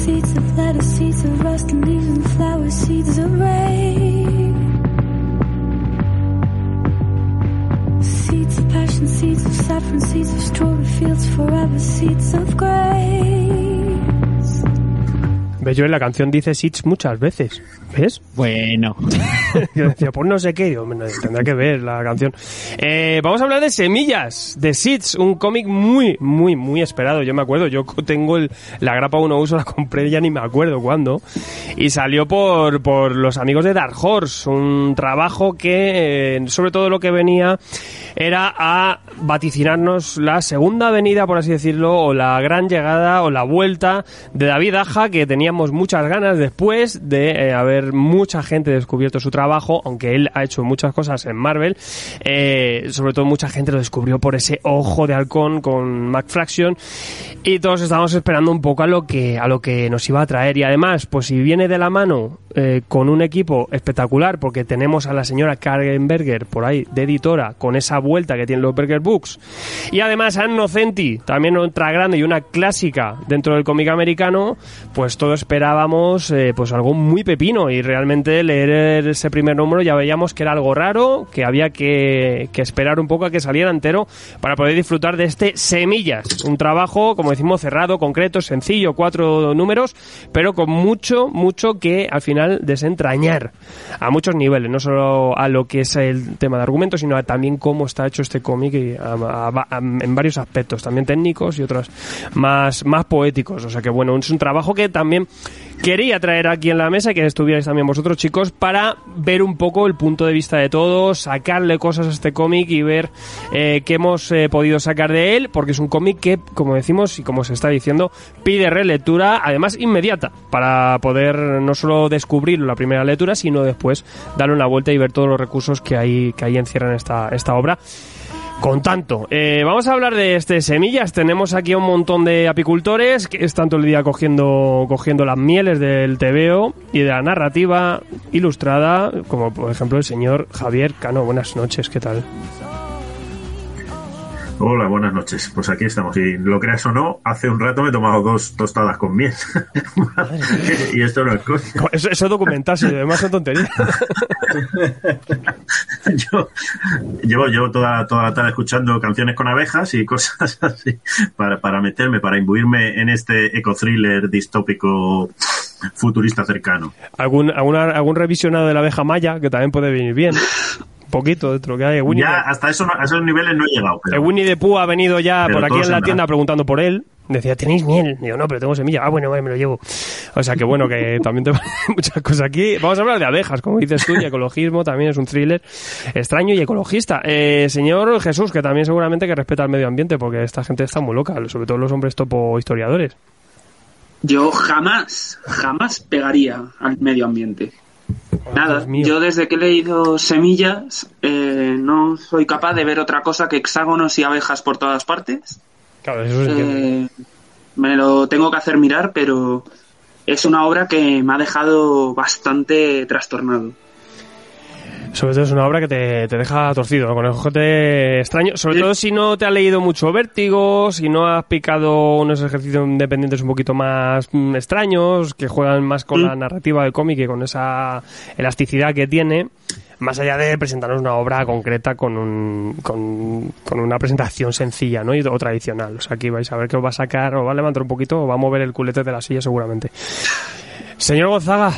Seeds of lettuce, seeds of rust and leaves and flowers, seeds of rain. Seeds of passion, seeds of saffron, seeds of strawberry fields forever, seeds of grace. ¿Ves, Joel? La canción dice Seeds muchas veces. ¿Ves? Bueno. Yo decía, pues no sé qué. Digo, bueno, tendrá que ver la canción. Vamos a hablar de Semillas, de Seeds, un cómic muy, muy, muy esperado. Yo me acuerdo, yo tengo la grapa 1 uso, la compré ya ni me acuerdo cuándo. Y salió por los amigos de Dark Horse. Un trabajo que, sobre todo lo que venía, era a vaticinarnos la segunda venida, por así decirlo, o la gran llegada, o la vuelta de David Aja, que teníamos muchas ganas después de haber mucha gente descubierto su trabajo, aunque él ha hecho muchas cosas en Marvel. Sobre todo mucha gente lo descubrió por ese Ojo de Halcón con McFraction, y todos estábamos esperando un poco a lo que nos iba a traer. Y además, pues si viene de la mano con un equipo espectacular, porque tenemos a la señora Karen Berger por ahí de editora, con esa vuelta que tienen los Berger Books, y además a Innocenti, también otra grande y una clásica dentro del cómic americano, pues todos esperábamos pues algo muy pepino. Y realmente leer ese primer número ya veíamos que era algo raro, que había que esperar un poco a que saliera entero para poder disfrutar de este Semillas, un trabajo, como decimos, cerrado, concreto, sencillo, 4 números, pero con mucho que al final desentrañar a muchos niveles, no solo a lo que es el tema de argumento, sino a también cómo está hecho este cómic en varios aspectos, también técnicos y otros más poéticos. O sea que bueno, es un trabajo que también quería traer aquí en la mesa, que estuvierais también vosotros, chicos, para ver un poco el punto de vista de todos, sacarle cosas a este cómic y ver qué hemos podido sacar de él, porque es un cómic que, como decimos y como se está diciendo, pide relectura, además inmediata, para poder no solo descubrirlo en la primera lectura, sino después darle una vuelta y ver todos los recursos que ahí encierran esta obra. Con tanto, vamos a hablar de Semillas. Tenemos aquí a un montón de apicultores que están todo el día cogiendo las mieles del tebeo y de la narrativa ilustrada, como por ejemplo el señor Javier Cano. Buenas noches, ¿qué tal? Hola, buenas noches. Pues aquí estamos. Y lo creas o no, hace un rato me he tomado 2 tostadas con miel. Y esto no es cosa. Eso es documentarse, además son tonterías. Yo llevo toda la tarde escuchando canciones con abejas y cosas así para meterme, para imbuirme en este eco-thriller distópico futurista cercano. ¿Algún revisionado de la abeja maya que también puede venir bien? Poquito dentro que hay. Ya hasta esos niveles no he llegado. Pero, el Winnie the Pooh ha venido ya por aquí en la tienda verdad, preguntando por él. Decía, ¿tenéis miel? Digo, no, pero tengo semilla. Ah, bueno, me lo llevo. O sea que bueno, que también te muchas cosas aquí. Vamos a hablar de abejas, como dices tú, y ecologismo. También es un thriller extraño y ecologista. Señor Jesús, que también seguramente que respeta el medio ambiente, porque esta gente está muy loca, sobre todo los hombres topo historiadores. Yo jamás pegaría al medio ambiente. Nada, yo desde que he leído Semillas no soy capaz de ver otra cosa que hexágonos y abejas por todas partes. Claro, eso es me lo tengo que hacer mirar, pero es una obra que me ha dejado bastante trastornado. Sobre todo es una obra que te deja torcido, ¿no? Con el ojete extraño, sobre todo si no te has leído mucho Vértigo, si no has picado unos ejercicios independientes un poquito más extraños, que juegan más con la narrativa del cómic y con esa elasticidad que tiene, más allá de presentarnos una obra concreta con una presentación sencilla, ¿no? O tradicional. O sea, aquí vais a ver que os va a sacar, os va a levantar un poquito, os va a mover el culete de la silla seguramente. Señor Gonzaga.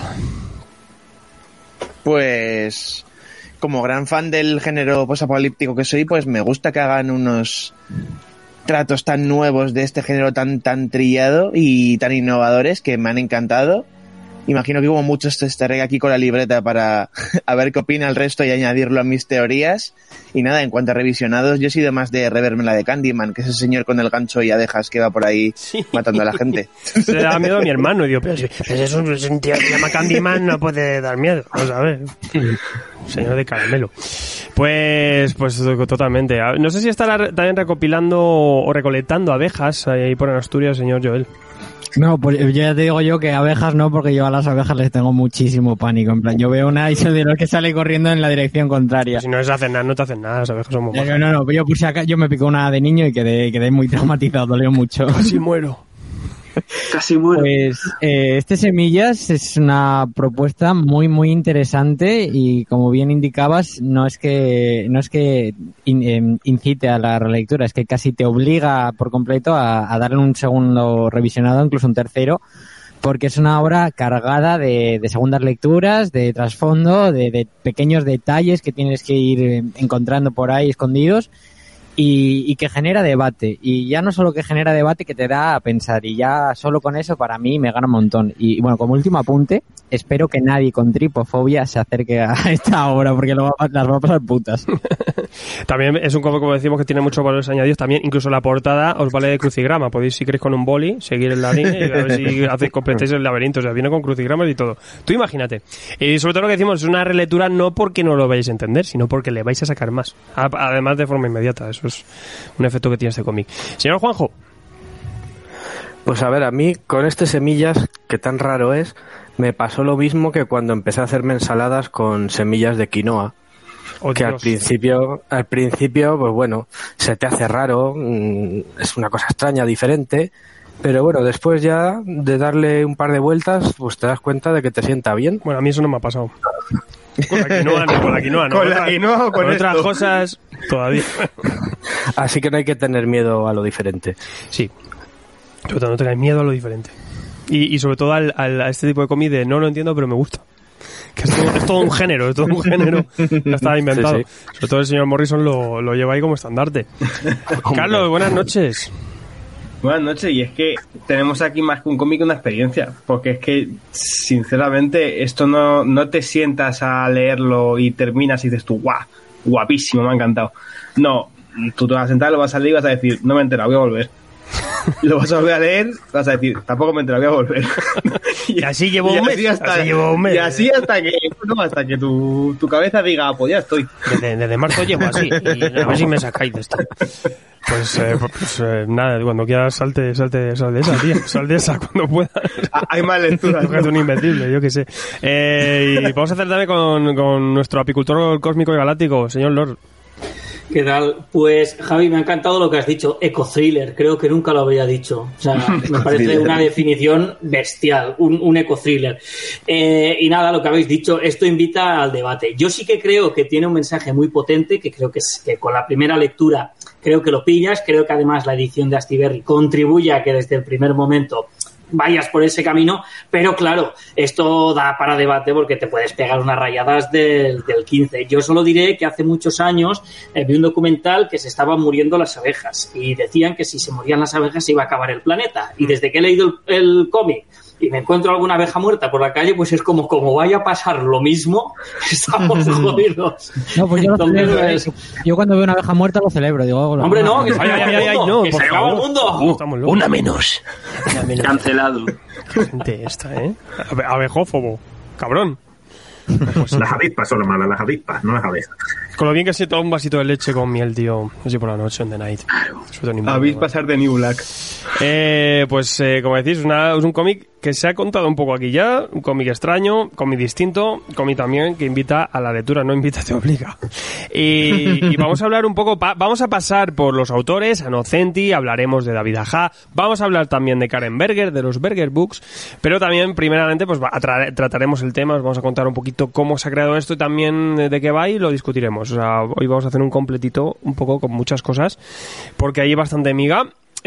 Pues como gran fan del género posapocalíptico que soy, pues me gusta que hagan unos tratos tan nuevos de este género tan trillado y tan innovadores que me han encantado. Imagino que hubo muchos estaré aquí con la libreta para a ver qué opina el resto y añadirlo a mis teorías. Y nada, en cuanto a revisionados, yo he sido más de reverme la de Candyman, que es ese señor con el gancho y abejas que va por ahí matando a la gente. Se le da miedo a mi hermano y digo, pero si es un tío que se llama Candyman, no puede dar miedo. Vamos a ver. Señor de caramelo. Pues totalmente. No sé si estará también recopilando o recolectando abejas ahí por en Asturias, señor Joel. No, pues ya te digo yo que abejas no, porque yo a las abejas les tengo muchísimo pánico. En plan, yo veo una y soy de los que sale corriendo en la dirección contraria. Pues si no les hacen nada, no te hacen nada, las abejas son muy bajas. No, yo por si acaso, yo me picó una de niño y quedé muy traumatizado, dolió mucho. Casi muero. Casi muero. Pues este Semillas es una propuesta muy muy interesante y como bien indicabas no es que incite a la relectura, es que casi te obliga por completo a darle un segundo revisionado, incluso un tercero, porque es una obra cargada de segundas lecturas, de trasfondo, de pequeños detalles que tienes que ir encontrando por ahí escondidos. Y que genera debate, y ya no solo que genera debate, que te da a pensar, y ya solo con eso para mí me gana un montón. Y bueno, como último apunte, espero que nadie con tripofobia se acerque a esta obra, porque las va a pasar putas. También es un cómic, como decimos, que tiene muchos valores añadidos. También incluso la portada os vale de crucigrama, podéis, si queréis, con un boli seguir en la línea y a ver si completáis el laberinto. O sea, viene con crucigramas y todo. Tú imagínate. Y sobre todo lo que decimos, es una relectura no porque no lo vayáis a entender, sino porque le vais a sacar más, además de forma inmediata. Eso es un efecto que tiene este cómic. Señor Juanjo. Pues a ver, a mí con este Semillas, que tan raro es, me pasó lo mismo que cuando empecé a hacerme ensaladas con semillas de quinoa. Oh, que Dios. al principio, pues bueno, se te hace raro, es una cosa extraña, diferente, pero bueno, después ya de darle un par de vueltas, pues te das cuenta de que te sienta bien. Bueno, a mí eso no me ha pasado. Con la quinoa no, con la quinoa no. Con la quinoa o con otras cosas todavía. Así que no hay que tener miedo a lo diferente. Sí. Sobre todo no tengáis miedo a lo diferente. Y sobre todo a este tipo de cómic de no lo entiendo, pero me gusta. Que es todo un género, ya estaba inventado. Sí, sí. Sobre todo el señor Morrison lo lleva ahí como estandarte. Carlos, buenas noches. Buenas noches, y es que tenemos aquí más que un cómic, una experiencia, porque es que, sinceramente, esto no te sientas a leerlo y terminas y dices tú, guau, guapísimo, me ha encantado. No, tú te vas a sentar, lo vas a leer y vas a decir, no me he enterado, voy a volver. Lo vas a volver a leer, vas a decir, tampoco me he enterado, voy a volver. Y así llevo un mes. Y así hasta que tu cabeza diga, pues ya estoy. Desde marzo llevo así, y a ver si me sacáis de esto. Pues nada, cuando quieras salte de esa, tía. Sal de esa cuando puedas. Hay más lecturas. Es un invencible, yo qué sé. Y vamos a hacer también con nuestro apicultor cósmico y galáctico, señor Lord. ¿Qué tal? Pues, Javi, me ha encantado lo que has dicho, ecothriller, creo que nunca lo había dicho. O sea, me parece una definición bestial, un ecothriller. Y nada, lo que habéis dicho, esto invita al debate. Yo sí que creo que tiene un mensaje muy potente, que creo que con la primera lectura creo que lo pillas, creo que además la edición de Astiberri contribuye a que desde el primer momento vayas por ese camino, pero claro, esto da para debate porque te puedes pegar unas rayadas del 15. Yo solo diré que hace muchos años vi un documental que se estaban muriendo las abejas y decían que si se morían las abejas se iba a acabar el planeta. Y desde que he leído el cómic y me encuentro alguna abeja muerta por la calle, pues es como vaya a pasar lo mismo, estamos jodidos. No, pues yo lo celebro. Yo cuando veo una abeja muerta lo celebro. Digo, hombre, no, que se acaba el mundo. Una menos. Cancelado. Gente esta, abejófobo. Cabrón. Pues las avispas son las malas, las avispas, no las abejas. Con lo bien que se toma un vasito de leche con miel, tío. Así por la noche, en the night. Avispas de New Black. Pues como decís, es un cómic que se ha contado un poco aquí ya. Un cómic extraño, cómic distinto, cómic también que invita a la lectura, no invita, te obliga. Y vamos a hablar un poco, vamos a pasar por los autores, a Nocenti, hablaremos de David Aja, vamos a hablar también de Karen Berger, de los Berger Books, pero también primeramente pues trataremos el tema, os vamos a contar un poquito cómo se ha creado esto y también de qué va y lo discutiremos. O sea, hoy vamos a hacer un completito un poco con muchas cosas, porque hay bastante miga.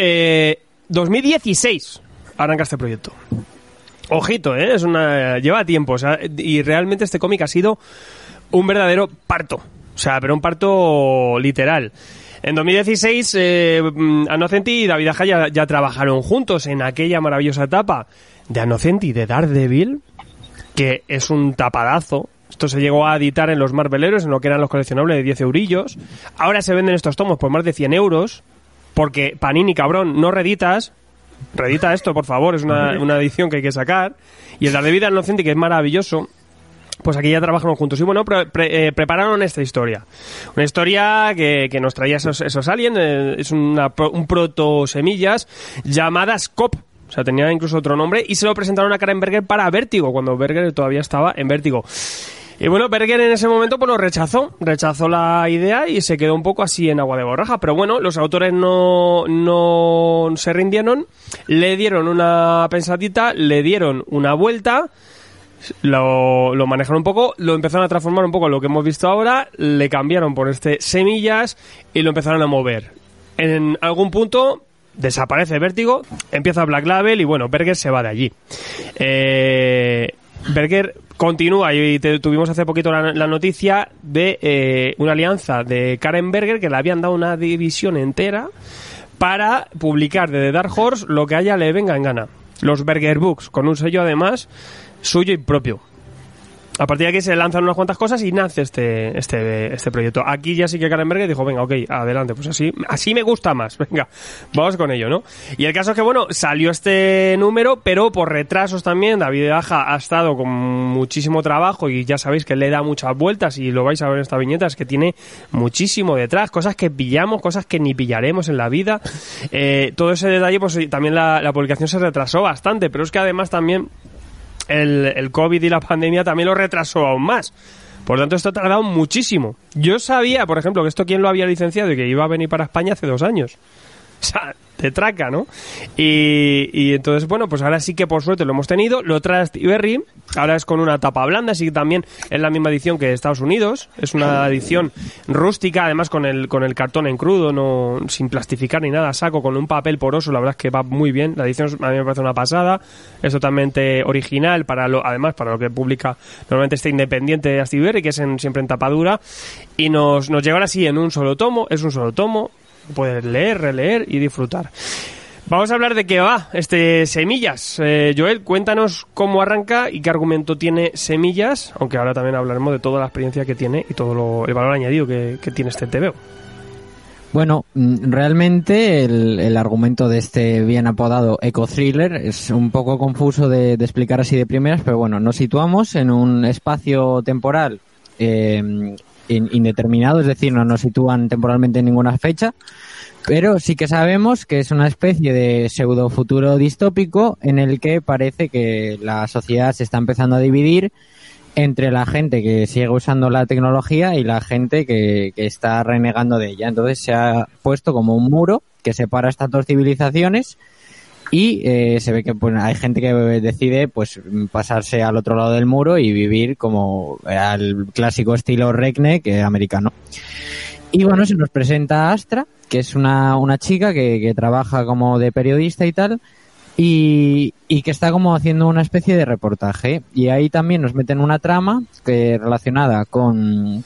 2016 arranca este proyecto. Ojito, lleva tiempo, o sea, y realmente este cómic ha sido un verdadero parto, o sea, pero un parto literal. En 2016 Anocenti y David Aja ya trabajaron juntos en aquella maravillosa etapa de Anocenti de Daredevil, que es un tapadazo. Esto se llegó a editar en los Marveleros, en lo que eran los coleccionables de 10 eurillos. Ahora se venden estos tomos por más de 100 euros, porque Panini, cabrón, no reedita esto, por favor, es una edición que hay que sacar. Y el Daredevil Inocente, que es maravilloso, pues aquí ya trabajaron juntos. Y bueno, prepararon esta historia. Una historia que nos traía esos aliens, es un proto-semillas llamada Scop. O sea, tenía incluso otro nombre, y se lo presentaron a Karen Berger para Vértigo, cuando Berger todavía estaba en Vértigo. Y bueno, Berger en ese momento pues lo rechazó la idea y se quedó un poco así en agua de borraja. Pero bueno, los autores no se rindieron, le dieron una pensadita, le dieron una vuelta, lo manejaron un poco, lo empezaron a transformar un poco lo que hemos visto ahora, le cambiaron por Semillas y lo empezaron a mover. En algún punto desaparece Vértigo, empieza Black Label y bueno, Berger se va de allí. Berger continúa y tuvimos hace poquito la noticia de una alianza de Karen Berger, que le habían dado una división entera para publicar de The Dark Horse lo que a ella le venga en gana. Los Berger Books, con un sello además suyo y propio. A partir de aquí se lanzan unas cuantas cosas y nace este proyecto. Aquí ya sí que Karen Berger dijo, venga, ok, adelante, pues así me gusta más, venga, vamos con ello, ¿no? Y el caso es que, bueno, salió este número, pero por retrasos también. David Aja ha estado con muchísimo trabajo y ya sabéis que le da muchas vueltas y lo vais a ver en esta viñeta, es que tiene muchísimo detrás, cosas que pillamos, cosas que ni pillaremos en la vida. Todo ese detalle, pues también la publicación se retrasó bastante, pero es que además también el COVID y la pandemia también lo retrasó aún más. Por tanto, esto ha tardado muchísimo. Yo sabía, por ejemplo, que esto quién lo había licenciado y que iba a venir para España hace 2 años. O sea, de traca, ¿no? Y entonces, bueno, pues ahora sí que por suerte lo hemos tenido. Lo trae Steve Berry, ahora es con una tapa blanda, así que también es la misma edición que Estados Unidos. Es una edición rústica, además con el cartón en crudo, no sin plastificar ni nada, saco, con un papel poroso, la verdad es que va muy bien. La edición a mí me parece una pasada, es totalmente original, además para lo que publica normalmente este independiente de Steve Berry, que es siempre en tapadura, y nos llega ahora sí en un solo tomo, es un solo tomo. Puedes leer, releer y disfrutar. Vamos a hablar de qué va Semillas. Joel, cuéntanos cómo arranca y qué argumento tiene Semillas, aunque ahora también hablaremos de toda la experiencia que tiene y todo el valor añadido que tiene este TVO. Bueno, realmente el argumento de este bien apodado eco-thriller es un poco confuso de explicar así de primeras, pero bueno, nos situamos en un espacio temporal indeterminado, es decir, no nos sitúan temporalmente en ninguna fecha, pero sí que sabemos que es una especie de pseudo futuro distópico en el que parece que la sociedad se está empezando a dividir entre la gente que sigue usando la tecnología y la gente que está renegando de ella. Entonces se ha puesto como un muro que separa estas dos civilizaciones y se ve que pues, hay gente que decide pues pasarse al otro lado del muro y vivir como al clásico estilo redneck americano. Y bueno, se nos presenta a Astra, que es una chica que trabaja como de periodista y tal, y que está como haciendo una especie de reportaje. Y ahí también nos meten una trama relacionada con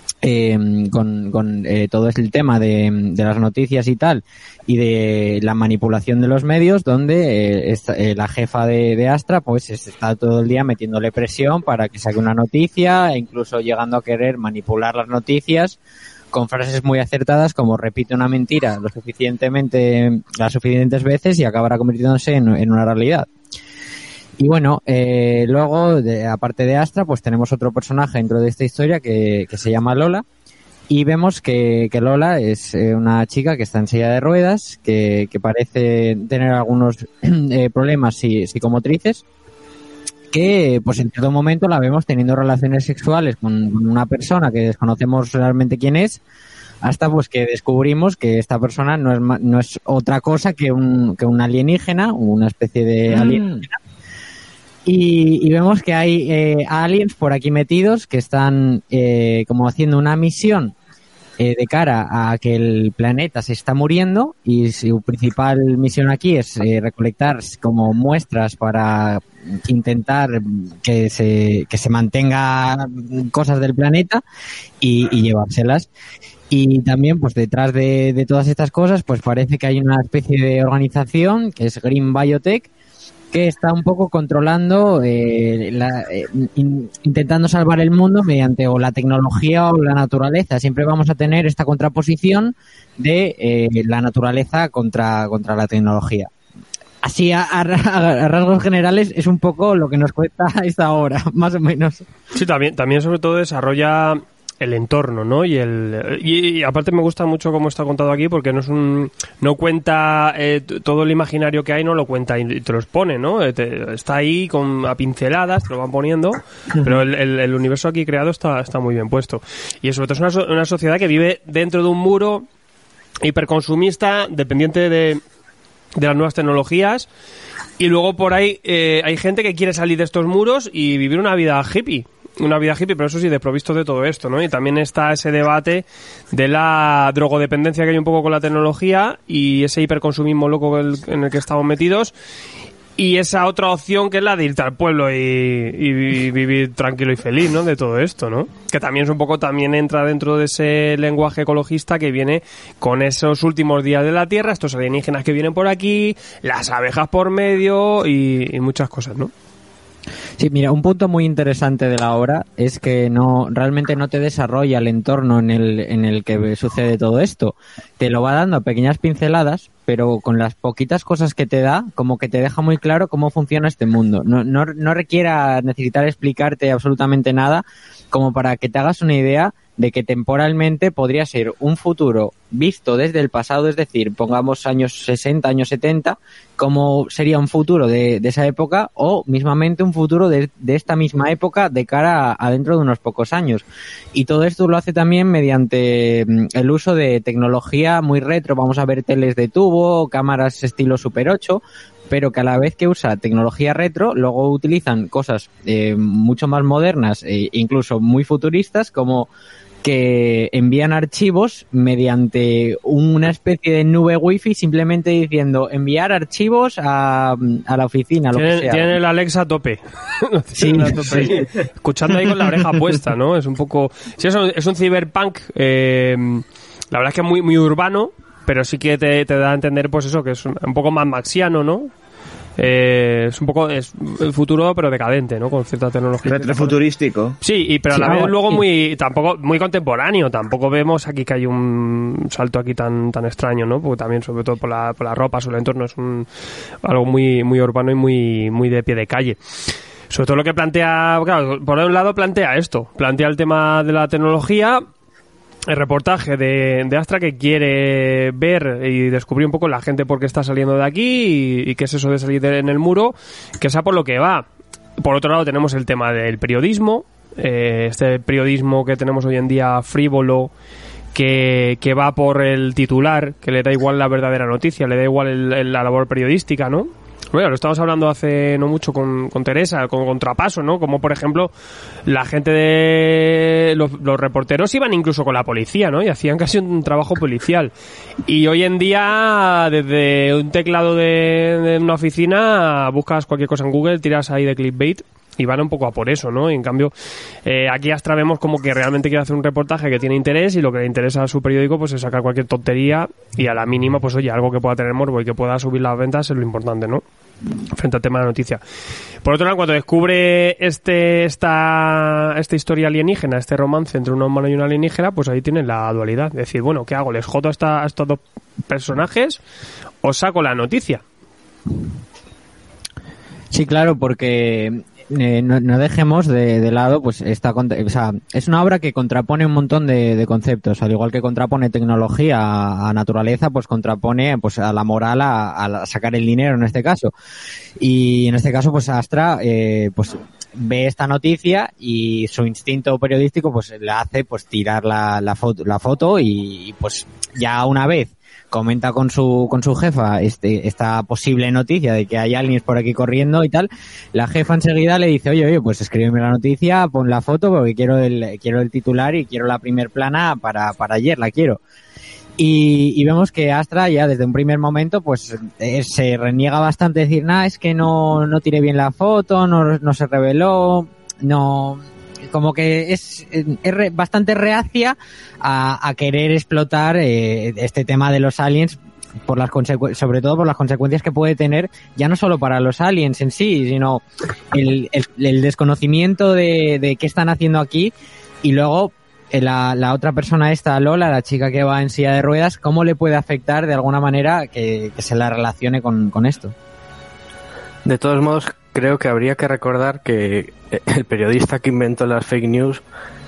todo el tema de las noticias y tal, y de la manipulación de los medios, donde la jefa de Astra pues está todo el día metiéndole presión para que saque una noticia, e incluso llegando a querer manipular las noticias con frases muy acertadas como repite una mentira las suficientes veces y acabará convirtiéndose en una realidad. Y bueno, luego, aparte de Astra, pues tenemos otro personaje dentro de esta historia que se llama Lola. Y vemos que Lola es una chica que está en silla de ruedas, que parece tener algunos problemas psicomotrices, que pues en cierto momento la vemos teniendo relaciones sexuales con una persona que desconocemos realmente quién es, hasta pues que descubrimos que esta persona no es otra cosa que un alienígena, una especie de alienígena. Y vemos que hay aliens por aquí metidos que están como haciendo una misión de cara a que el planeta se está muriendo, y su principal misión aquí es recolectar como muestras para intentar que se mantenga cosas del planeta y llevárselas. Y también pues detrás de todas estas cosas pues parece que hay una especie de organización que es Green Biotech, que está un poco controlando, intentando salvar el mundo mediante o la tecnología o la naturaleza. Siempre vamos a tener esta contraposición de la naturaleza contra la tecnología. Así, a rasgos generales, es un poco lo que nos cuesta esta hora, más o menos. Sí, también sobre todo desarrolla el entorno, ¿no? Y aparte me gusta mucho cómo está contado aquí, porque no cuenta todo el imaginario que hay, no lo cuenta y te lo expone, ¿no? Está ahí a pinceladas, te lo van poniendo, pero el universo aquí creado está muy bien puesto. Y sobre todo es una sociedad que vive dentro de un muro hiperconsumista, dependiente de las nuevas tecnologías, y luego por ahí hay gente que quiere salir de estos muros y vivir una vida hippie, pero eso sí, desprovisto de todo esto, ¿no? Y también está ese debate de la drogodependencia que hay un poco con la tecnología y ese hiperconsumismo loco en el que estamos metidos, y esa otra opción que es la de irte al pueblo y vivir tranquilo y feliz, ¿no? De todo esto, ¿no? Que también es un poco, también entra dentro de ese lenguaje ecologista que viene con esos últimos días de la Tierra, estos alienígenas que vienen por aquí, las abejas por medio y muchas cosas, ¿no? Sí, mira, un punto muy interesante de la obra es que realmente no te desarrolla el entorno en el que sucede todo esto. Te lo va dando a pequeñas pinceladas, pero con las poquitas cosas que te da, como que te deja muy claro cómo funciona este mundo. No requiera necesitar explicarte absolutamente nada, como para que te hagas una idea de que temporalmente podría ser un futuro visto desde el pasado, es decir, pongamos años 60, años 70, como sería un futuro de esa época, o mismamente un futuro de esta misma época de cara a dentro de unos pocos años. Y todo esto lo hace también mediante el uso de tecnología muy retro. Vamos a ver teles de tubo, cámaras estilo Super 8, pero que a la vez que usa tecnología retro, luego utilizan cosas mucho más modernas e incluso muy futuristas, como que envían archivos mediante una especie de nube wifi, simplemente diciendo enviar archivos a la oficina, lo que sea. Tienen el Alexa a tope. Sí, sí. Escuchando ahí con la oreja puesta, ¿no? Es un poco... Sí, es un cyberpunk, la verdad es que muy, muy urbano, pero sí que te da a entender, pues eso, que es un poco más maxiano, ¿no? Es un poco el futuro, pero decadente, ¿no? Con cierta tecnología. Retrofuturístico. Sí, pero a la vez luego tampoco muy contemporáneo. Tampoco vemos aquí que hay un salto aquí tan extraño, ¿no? Porque también, sobre todo por la ropa, sobre el entorno, es algo muy, muy urbano y muy de pie de calle. Sobre todo lo que plantea, claro, por un lado plantea el tema de la tecnología. El reportaje de Astra, que quiere ver y descubrir un poco la gente por qué está saliendo de aquí y qué es eso de salir en el muro, que sea por lo que va. Por otro lado tenemos el tema del periodismo, este periodismo que tenemos hoy en día frívolo, que va por el titular, que le da igual la verdadera noticia, le da igual la labor periodística, ¿no? Bueno, lo estábamos hablando hace no mucho con Teresa, con Contrapaso, ¿no? Como, por ejemplo, la gente de... Los reporteros iban incluso con la policía, ¿no? Y hacían casi un trabajo policial. Y hoy en día, desde un teclado de una oficina, buscas cualquier cosa en Google, tiras ahí de clickbait y van un poco a por eso, ¿no? Y en cambio, aquí Astra vemos como que realmente quiere hacer un reportaje que tiene interés, y lo que le interesa a su periódico pues es sacar cualquier tontería, y a la mínima, pues oye, algo que pueda tener morbo y que pueda subir las ventas es lo importante, ¿no? Frente al tema de la noticia. Por otro lado, cuando descubre esta historia alienígena, este romance entre un humano y una alienígena, pues ahí tienen la dualidad. Es decir, bueno, ¿qué hago? ¿Les jodo a estos dos personajes o saco la noticia? Sí, claro, porque no dejemos de lado, pues es una obra que contrapone un montón de conceptos, al igual que contrapone tecnología a naturaleza, pues contrapone pues a la moral, a sacar el dinero en este caso. Y en este caso, pues Astra pues ve esta noticia y su instinto periodístico pues le hace pues tirar la foto y pues ya una vez comenta con su jefa esta posible noticia de que hay aliens por aquí corriendo y tal, la jefa enseguida le dice, oye, pues escríbeme la noticia, pon la foto porque quiero el titular y quiero la primer plana para ayer, la quiero. Y vemos que Astra ya desde un primer momento pues se reniega bastante, decir, es que no tiré bien la foto, no se reveló, no... Como que es bastante reacia a querer explotar este tema de los aliens, sobre todo por las consecuencias que puede tener, ya no solo para los aliens en sí, sino el desconocimiento de qué están haciendo aquí, y luego la otra persona esta, Lola, la chica que va en silla de ruedas, cómo le puede afectar de alguna manera que se la relacione con esto. De todos modos, creo que habría que recordar que el periodista que inventó las fake news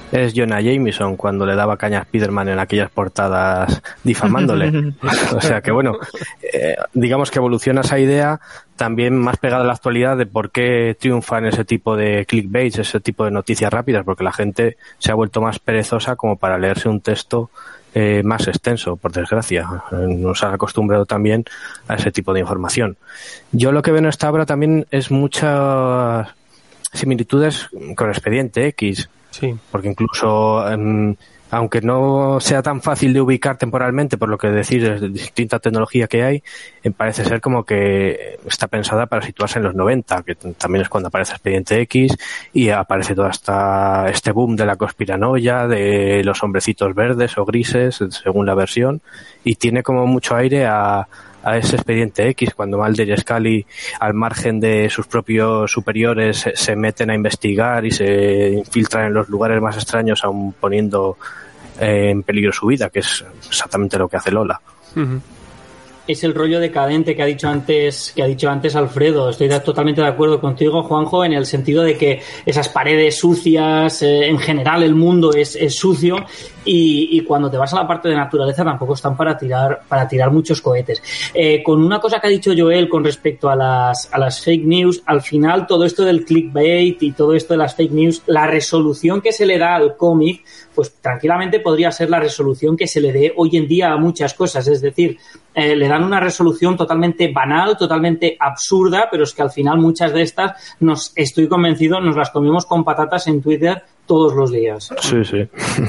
es Jonah Jameson cuando le daba caña a Spider-Man en aquellas portadas difamándole. O sea que bueno, digamos que evoluciona esa idea también más pegada a la actualidad de por qué triunfan ese tipo de clickbaits, ese tipo de noticias rápidas, porque la gente se ha vuelto más perezosa como para leerse un texto más extenso, por desgracia. Nos ha acostumbrado también a ese tipo de información. Yo lo que veo en esta obra también es muchas similitudes con Expediente X. Sí. Porque incluso, aunque no sea tan fácil de ubicar temporalmente, por lo que decir, de distinta tecnología que hay, parece ser como que está pensada para situarse en los 90, que también es cuando aparece Expediente X y aparece todo este boom de la conspiranoia, de los hombrecitos verdes o grises, según la versión, y tiene como mucho aire a ese Expediente X, cuando Mulder y Scully, al margen de sus propios superiores, se meten a investigar y se infiltran en los lugares más extraños, aun poniendo en peligro su vida, que es exactamente lo que hace Lola. Uh-huh. Es el rollo decadente que ha dicho antes Alfredo. Estoy totalmente de acuerdo contigo, Juanjo, en el sentido de que esas paredes sucias, en general el mundo es sucio, y cuando te vas a la parte de naturaleza tampoco están para tirar muchos cohetes. Con una cosa que ha dicho Joel con respecto a las fake news, al final todo esto del clickbait y todo esto de las fake news, la resolución que se le da al cómic, pues tranquilamente podría ser la resolución que se le dé hoy en día a muchas cosas. Es decir, le dan una resolución totalmente banal, totalmente absurda, pero es que al final muchas de estas, estoy convencido, nos las comemos con patatas en Twitter todos los días. Sí, sí.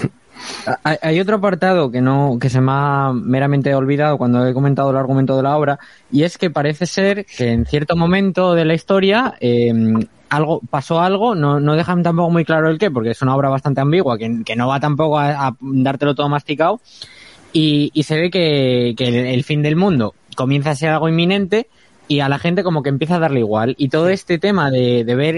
Hay otro apartado que se me ha meramente olvidado cuando he comentado el argumento de la obra, y es que parece ser que en cierto momento de la historia pasó algo, no dejan tampoco muy claro el qué, porque es una obra bastante ambigua, que no va tampoco a dártelo todo masticado, y se ve que el fin del mundo comienza a ser algo inminente, y a la gente como que empieza a darle igual. Y todo este tema de ver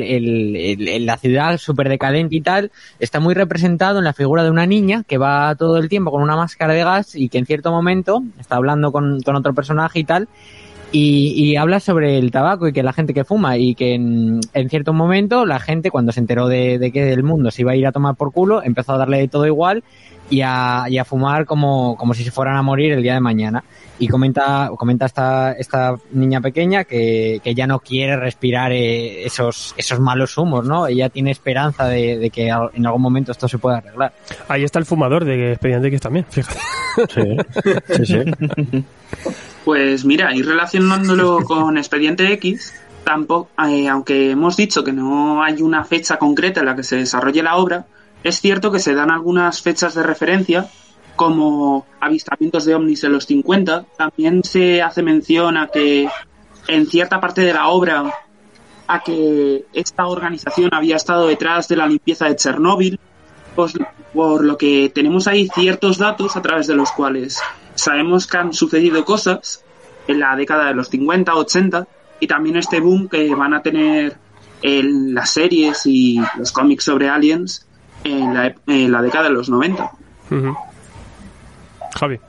la ciudad súper decadente y tal, está muy representado en la figura de una niña que va todo el tiempo con una máscara de gas y que en cierto momento está hablando con otro personaje y tal, y habla sobre el tabaco y que la gente que fuma, y que en cierto momento la gente, cuando se enteró de que el mundo se iba a ir a tomar por culo, empezó a darle todo igual y a fumar como si se fueran a morir el día de mañana. Y comenta esta niña pequeña que ya no quiere respirar esos malos humos, ¿no? Ella tiene esperanza de que en algún momento esto se pueda arreglar. Ahí está el fumador de Expediente X también, fíjate. Sí. Pues mira, y relacionándolo con Expediente X, tampoco, aunque hemos dicho que no hay una fecha concreta en la que se desarrolle la obra, es cierto que se dan algunas fechas de referencia, como avistamientos de ovnis en los 50. También se hace mención a que en cierta parte de la obra a que esta organización había estado detrás de la limpieza de Chernóbil, pues, por lo que tenemos ahí ciertos datos a través de los cuales sabemos que han sucedido cosas en la década de los 50, 80, y también este boom que van a tener en las series y los cómics sobre aliens en la década de los 90. Uh-huh. Javi.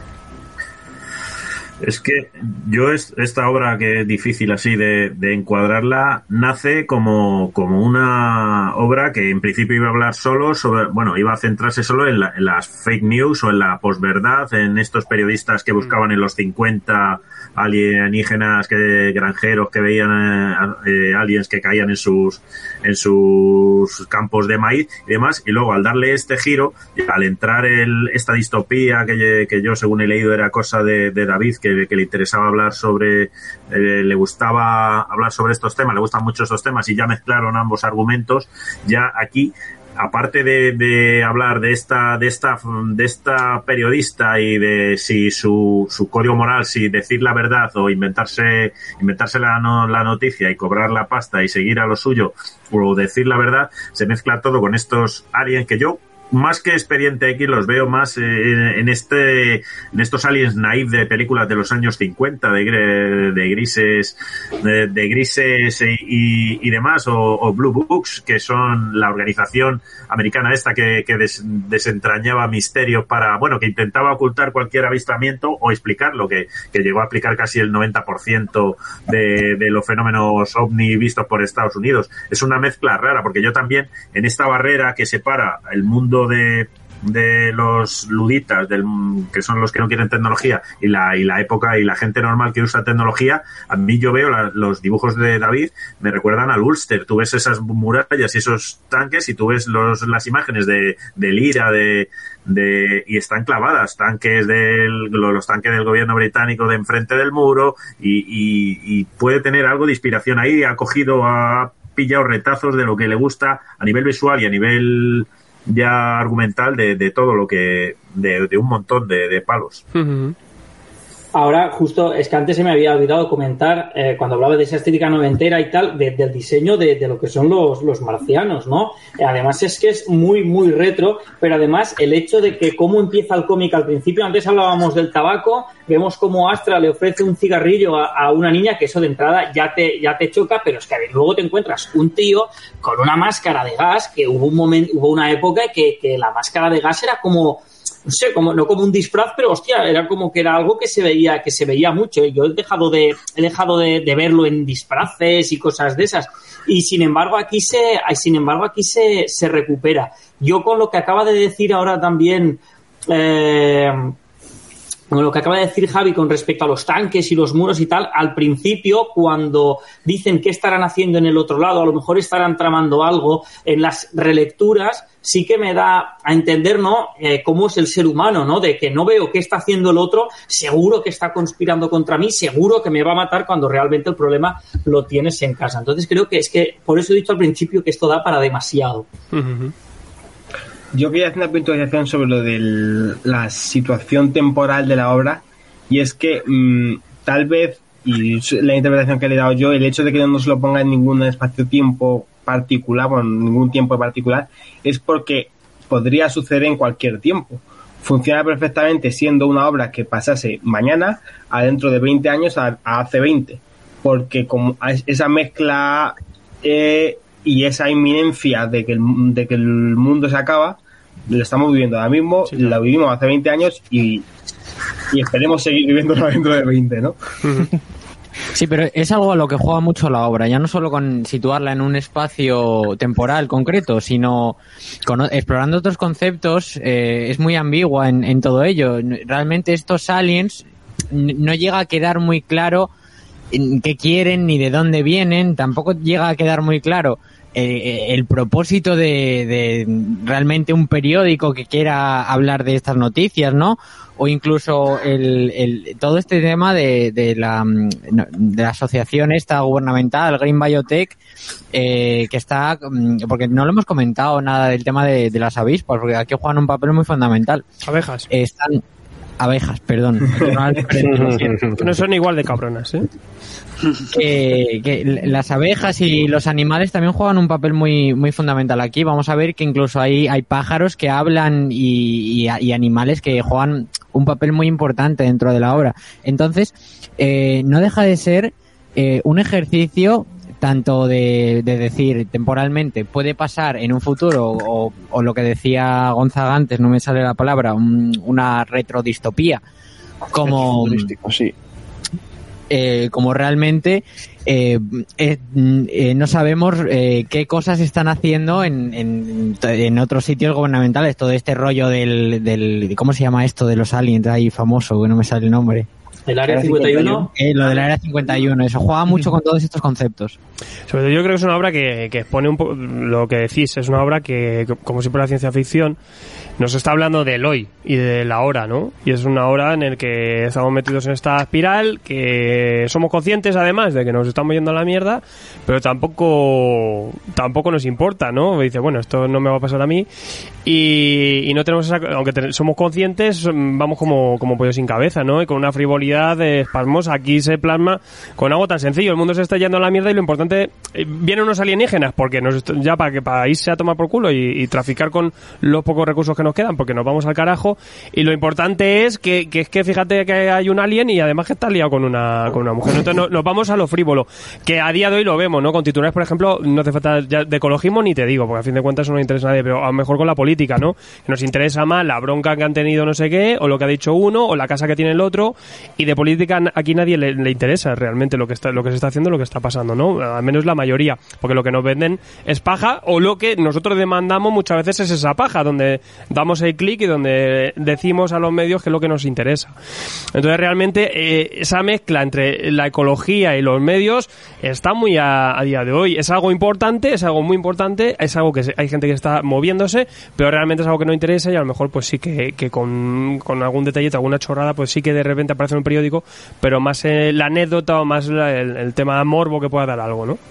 Es que yo esta obra, que es difícil así de encuadrarla, nace como una obra que en principio iba a hablar solo sobre, iba a centrarse solo en las fake news o en la posverdad, en estos periodistas que buscaban en los 50 alienígenas, granjeros que veían aliens que caían en sus campos de maíz y demás, y luego al darle este giro, al entrar esta distopía que yo según he leído era cosa de David, que le interesaba hablar sobre, le gustaba hablar sobre estos temas, le gustan mucho estos temas, y ya mezclaron ambos argumentos. Ya aquí, aparte de hablar de esta periodista y de si su código moral, si decir la verdad o inventarse la noticia y cobrar la pasta y seguir a lo suyo, o decir la verdad, se mezcla todo con estos aliens que yo más que Expediente X, los veo más en estos aliens naif de películas de los años 50, de grises y demás, o Blue Books, que son la organización americana esta que desentrañaba misterios que intentaba ocultar cualquier avistamiento o explicarlo, que llegó a explicar casi el 90% de los fenómenos ovni vistos por Estados Unidos. Es una mezcla rara, porque yo también, en esta barrera que separa el mundo de los luditas, que son los que no quieren tecnología, y la época y la gente normal que usa tecnología, a mí yo veo los dibujos de David, me recuerdan al Ulster. Tú ves esas murallas y esos tanques y tú ves las imágenes del IRA, y están clavadas, los tanques del gobierno británico de enfrente del muro, y puede tener algo de inspiración ahí. Ha pillado retazos de lo que le gusta a nivel visual y a nivel ya argumental de todo lo que de un montón de palos. Uh-huh. Ahora, justo, es que antes se me había olvidado comentar, cuando hablaba de esa estética noventera y tal, del diseño de lo que son los marcianos, ¿no? Además es que es muy, muy retro, pero además el hecho de que cómo empieza el cómic al principio, antes hablábamos del tabaco, vemos cómo Astra le ofrece un cigarrillo a una niña, que eso de entrada ya te choca, pero es que luego te encuentras un tío con una máscara de gas, que hubo una época que la máscara de gas era como... no sé, no como un disfraz, pero hostia, era como que era algo que se veía mucho. Yo he dejado de verlo en disfraces y cosas de esas. Y sin embargo aquí se recupera. Yo con lo que acaba de decir ahora también, con lo que acaba de decir Javi con respecto a los tanques y los muros y tal, al principio, cuando dicen qué estarán haciendo en el otro lado, a lo mejor estarán tramando algo, en las relecturas sí que me da a entender, ¿no? Cómo es el ser humano, ¿no? De que no veo qué está haciendo el otro, seguro que está conspirando contra mí, seguro que me va a matar, cuando realmente el problema lo tienes en casa. Entonces creo que es que, por eso he dicho al principio que esto da para demasiado. Uh-huh. Yo quería hacer una puntualización sobre lo de la situación temporal de la obra, y es que tal vez, y la interpretación que le he dado yo, el hecho de que no nos lo ponga en ningún espacio-tiempo particular, ningún tiempo en particular, es porque podría suceder en cualquier tiempo. Funciona perfectamente siendo una obra que pasase mañana a dentro de 20 años a hace 20, porque como esa mezcla y esa inminencia de que el mundo se acaba, lo estamos viviendo ahora mismo, sí, la vivimos hace 20 años y esperemos seguir viviéndola dentro de 20, ¿no? Sí, pero es algo a lo que juega mucho la obra, ya no solo con situarla en un espacio temporal concreto, sino explorando otros conceptos. Es muy ambigua en todo ello. Realmente estos aliens no llega a quedar muy claro qué quieren ni de dónde vienen, tampoco llega a quedar muy claro el propósito de realmente un periódico que quiera hablar de estas noticias, ¿no? O incluso todo este tema de la asociación esta gubernamental, Green Biotech, que está, porque no lo hemos comentado nada del tema de las avispas, porque aquí juegan un papel muy fundamental. Abejas. Abejas, perdón. No son igual de cabronas, ¿eh? Que las abejas y los animales también juegan un papel muy, muy fundamental aquí. Vamos a ver que incluso hay pájaros que hablan y animales que juegan un papel muy importante dentro de la obra. Entonces, no deja de ser un ejercicio tanto de decir temporalmente puede pasar en un futuro o lo que decía Gonzaga antes, no me sale la palabra, una retrodistopía, como sí. Como realmente no sabemos qué cosas están haciendo en otros sitios gubernamentales, todo este rollo del ¿cómo se llama esto de los aliens ahí famoso, que no me sale el nombre? ¿El Área 51? Lo del Área 51, eso juega mucho con todos estos conceptos. Sobre todo yo creo que es una obra que expone un poco lo que decís, es una obra que, como siempre la ciencia ficción, nos está hablando del hoy y del ahora, ¿no? Y es una hora en la que estamos metidos en esta espiral, que somos conscientes además de que nos estamos yendo a la mierda, pero tampoco nos importa, ¿no? Dice, bueno, esto no me va a pasar a mí, y no tenemos esa, aunque somos conscientes, vamos como pollo sin cabeza, ¿no? Y con una frivolidad realidad espasmosa. Aquí se plasma con algo tan sencillo. El mundo se está yendo a la mierda y lo importante, vienen unos alienígenas porque ya para irse a tomar por culo y traficar con los pocos recursos que nos quedan, porque nos vamos al carajo. Y lo importante es que fíjate que hay un alien y además que está liado con una mujer. Entonces nos vamos a lo frívolo, que a día de hoy lo vemos, ¿no? Con titulares, por ejemplo, no hace falta ya de ecologismo ni te digo, porque a fin de cuentas eso no interesa a nadie, pero a lo mejor con la política, ¿no? Que nos interesa más la bronca que han tenido no sé qué, o lo que ha dicho uno, o la casa que tiene el otro, y de política aquí nadie le interesa realmente lo que se está haciendo, lo que está pasando, ¿no? Al menos la mayoría, porque lo que nos venden es paja, o lo que nosotros demandamos muchas veces es esa paja, donde damos el clic y donde decimos a los medios que es lo que nos interesa. Entonces realmente esa mezcla entre la ecología y los medios está muy a día de hoy. Es algo importante, es algo muy importante, es algo que hay gente que está moviéndose, pero realmente es algo que no interesa y a lo mejor pues sí que con algún detallito, alguna chorrada, pues sí que de repente aparece en un periódico, pero más la anécdota o más el tema de morbo que pueda dar algo, ¿no?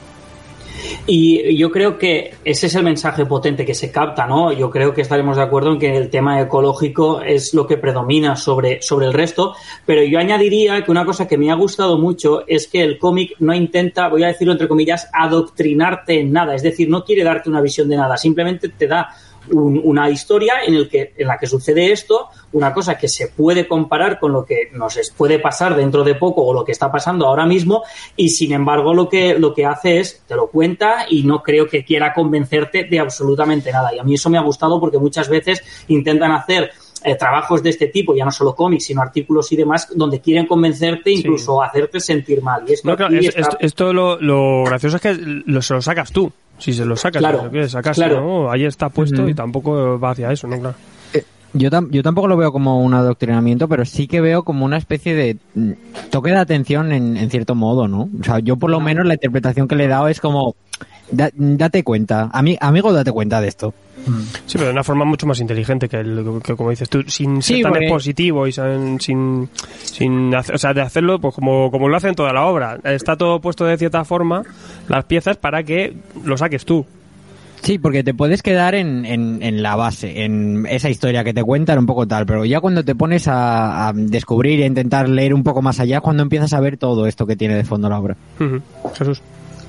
Y yo creo que ese es el mensaje potente que se capta, ¿no? Yo creo que estaremos de acuerdo en que el tema ecológico es lo que predomina sobre el resto, pero yo añadiría que una cosa que me ha gustado mucho es que el cómic no intenta, voy a decirlo entre comillas, adoctrinarte en nada, es decir, no quiere darte una visión de nada, simplemente te da una historia en la que sucede esto, una cosa que se puede comparar con lo que nos puede pasar dentro de poco o lo que está pasando ahora mismo, y sin embargo lo que hace es, te lo cuenta y no creo que quiera convencerte de absolutamente nada, y a mí eso me ha gustado porque muchas veces intentan hacer trabajos de este tipo, ya no solo cómics, sino artículos y demás, donde quieren convencerte, incluso hacerte sentir mal. Y esto, no, claro, esto lo gracioso es que se lo sacas tú. Si se lo sacas, claro, si lo quieres sacar, claro. ¿no? Ahí está puesto y tampoco va hacia eso, ¿no? Claro. Yo tampoco lo veo como un adoctrinamiento, pero sí que veo como una especie de toque de atención en cierto modo, ¿no? O sea, yo por lo menos la interpretación que le he dado es como, date cuenta, amigo, date cuenta de esto. Sí, pero de una forma mucho más inteligente que como dices tú, sin ser tan expositivo y sin hacer, o sea, de hacerlo pues como lo hacen toda la obra. Está todo puesto de cierta forma, las piezas, para que lo saques tú. Sí, porque te puedes quedar en la base, en esa historia que te cuentan un poco tal, pero ya cuando te pones a descubrir e intentar leer un poco más allá, cuando empiezas a ver todo esto que tiene de fondo la obra. Jesús.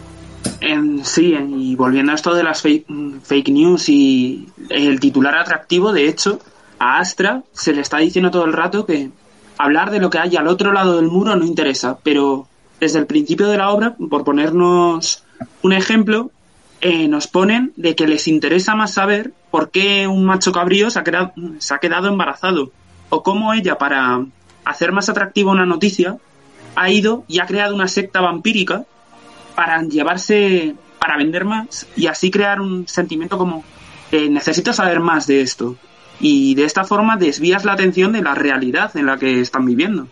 Sí, y volviendo a esto de las fake news y el titular atractivo, de hecho, a Astra se le está diciendo todo el rato que hablar de lo que hay al otro lado del muro no interesa, pero desde el principio de la obra, por ponernos un ejemplo, nos ponen de que les interesa más saber por qué un macho cabrío se ha quedado embarazado, o cómo ella, para hacer más atractiva una noticia, ha ido y ha creado una secta vampírica para vender más y así crear un sentimiento como necesito saber más de esto, y de esta forma desvías la atención de la realidad en la que están viviendo.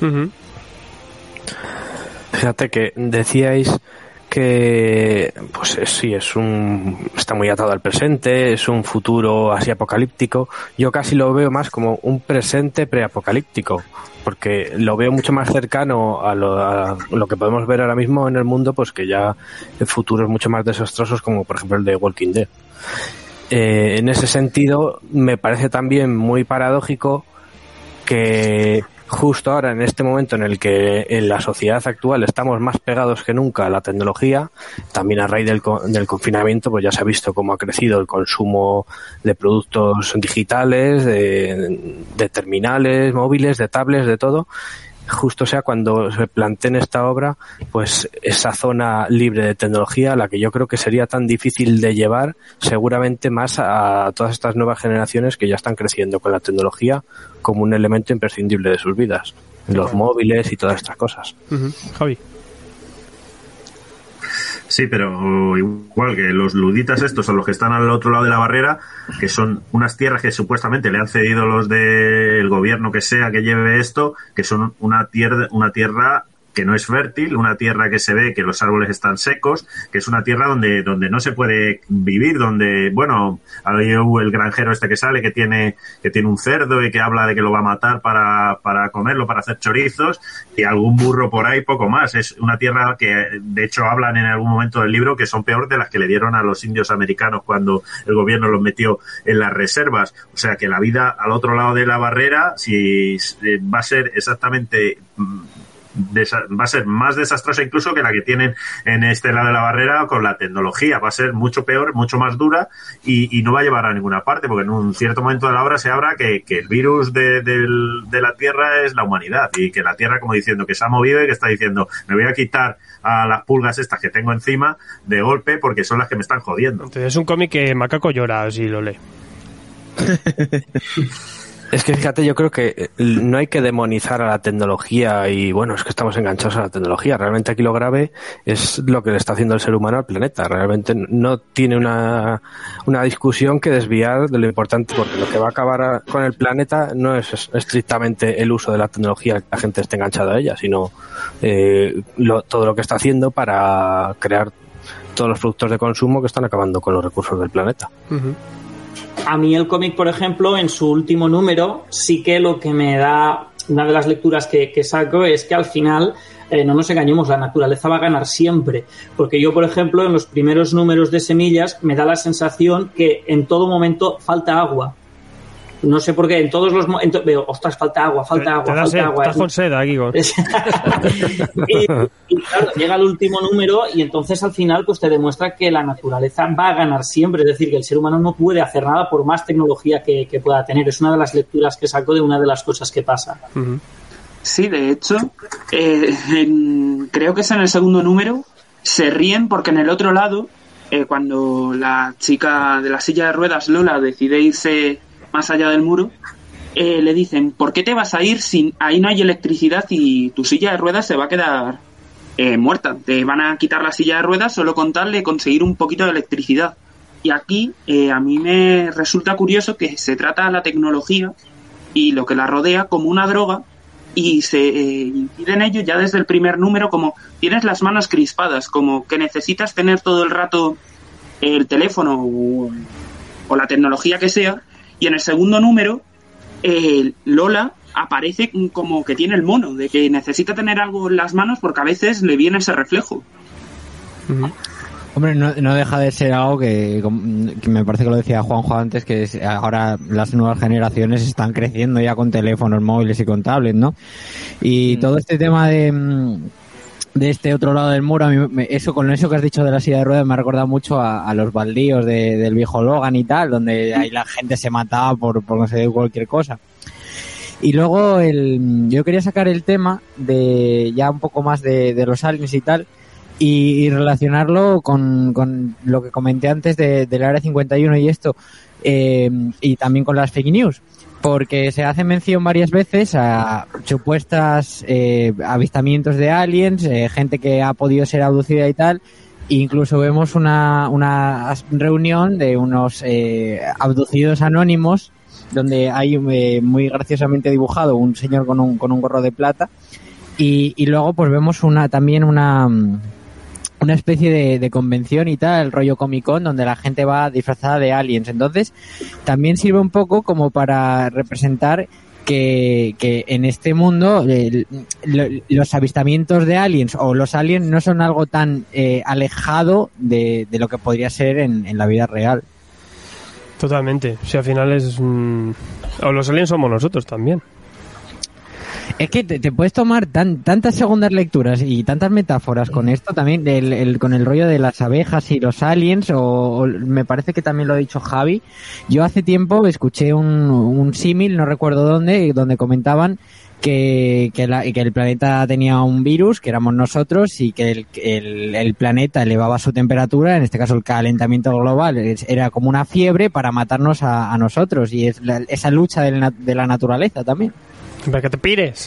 Fíjate que decíais que pues sí, está muy atado al presente, es un futuro así apocalíptico. Yo casi lo veo más como un presente preapocalíptico, porque lo veo mucho más cercano a lo que podemos ver ahora mismo en el mundo, pues que ya en futuros mucho más desastrosos, como por ejemplo el de Walking Dead. En ese sentido, me parece también muy paradójico que justo ahora, en este momento en el que en la sociedad actual estamos más pegados que nunca a la tecnología, también a raíz del confinamiento, pues ya se ha visto cómo ha crecido el consumo de productos digitales, de terminales móviles, de tablets, de todo. Justo sea cuando se planteen esta obra, pues esa zona libre de tecnología, la que yo creo que sería tan difícil de llevar, seguramente más a todas estas nuevas generaciones que ya están creciendo con la tecnología como un elemento imprescindible de sus vidas, los móviles y todas estas cosas. Javi. Sí, pero igual que los luditas estos son los que están al otro lado de la barrera, que son unas tierras que supuestamente le han cedido los del gobierno que sea que lleve esto, que son una tierra que no es fértil, una tierra que se ve que los árboles están secos, que es una tierra donde no se puede vivir, donde, bueno, hay el granjero este que sale que tiene un cerdo y que habla de que lo va a matar para comerlo, para hacer chorizos, y algún burro por ahí, poco más. Es una tierra que, de hecho, hablan en algún momento del libro que son peor de las que le dieron a los indios americanos cuando el gobierno los metió en las reservas. O sea que la vida al otro lado de la barrera, si va a ser exactamente... va a ser más desastrosa incluso que la que tienen en este lado de la barrera con la tecnología. Va a ser mucho peor, mucho más dura y no va a llevar a ninguna parte, porque en un cierto momento de la obra se habla que el virus de la Tierra es la humanidad, y que la Tierra, como diciendo que se ha movido y que está diciendo, me voy a quitar a las pulgas estas que tengo encima de golpe porque son las que me están jodiendo. Entonces es un cómic que Macaco llora si lo lee. Es que fíjate, yo creo que no hay que demonizar a la tecnología y bueno, es que estamos enganchados a la tecnología. Realmente aquí lo grave es lo que le está haciendo el ser humano al planeta. Realmente no tiene una discusión que desviar de lo importante, porque lo que va a acabar con el planeta no es estrictamente el uso de la tecnología, que la gente esté enganchada a ella, sino todo lo que está haciendo para crear todos los productos de consumo que están acabando con los recursos del planeta. Uh-huh. A mí el cómic, por ejemplo, en su último número, sí que lo que me da, una de las lecturas que saco es que al final, no nos engañemos, la naturaleza va a ganar siempre. Porque yo, por ejemplo, en los primeros números de Semillas me da la sensación que en todo momento falta agua. No sé por qué, en todos los momentos veo, ostras, falta agua. Estás con sed aquí, y claro, llega el último número y entonces al final pues te demuestra que la naturaleza va a ganar siempre, es decir, que el ser humano no puede hacer nada por más tecnología que pueda tener. Es una de las lecturas que saco de una de las cosas que pasa. Uh-huh. Sí, de hecho, creo que es en el segundo número, se ríen porque en el otro lado, cuando la chica de la silla de ruedas, Lola, decide irse más allá del muro, le dicen, ¿por qué te vas a ir si ahí no hay electricidad y tu silla de ruedas se va a quedar muerta? Te van a quitar la silla de ruedas solo con tal de conseguir un poquito de electricidad. Y aquí a mí me resulta curioso que se trata la tecnología y lo que la rodea como una droga, y se incide en ello ya desde el primer número, como tienes las manos crispadas, como que necesitas tener todo el rato el teléfono o la tecnología que sea. Y en el segundo número, Lola aparece como que tiene el mono, de que necesita tener algo en las manos porque a veces le viene ese reflejo. Uh-huh. Hombre, no deja de ser algo que me parece que lo decía Juanjo antes, que ahora las nuevas generaciones están creciendo ya con teléfonos móviles y con tablets, ¿no? Y todo este tema de este otro lado del muro, a mí con eso que has dicho de la silla de ruedas me ha recordado mucho a los baldíos del viejo Logan y tal, donde ahí la gente se mataba por no sé, cualquier cosa. Y luego yo quería sacar el tema de ya un poco más de los aliens y tal, y relacionarlo con lo que comenté antes del Área 51 y esto, y también con las fake news. Porque se hace mención varias veces a supuestas avistamientos de aliens, gente que ha podido ser abducida y tal. E incluso vemos una reunión de unos abducidos anónimos donde hay muy graciosamente dibujado un señor con un gorro de plata. Y luego pues vemos también una especie de convención y tal, el rollo Comic Con, donde la gente va disfrazada de aliens. Entonces, también sirve un poco como para representar que en este mundo los avistamientos de aliens o los aliens no son algo tan alejado de lo que podría ser en la vida real. Totalmente. Si al final o los aliens somos nosotros también. Es que te puedes tomar tantas segundas lecturas y tantas metáforas con esto también, con el rollo de las abejas y los aliens, o me parece que también lo ha dicho Javi. Yo hace tiempo escuché un símil, no recuerdo donde comentaban que el planeta tenía un virus, que éramos nosotros, y que el planeta elevaba su temperatura, en este caso el calentamiento global, era como una fiebre para matarnos a nosotros, y es esa lucha de la naturaleza también. Para que te pires.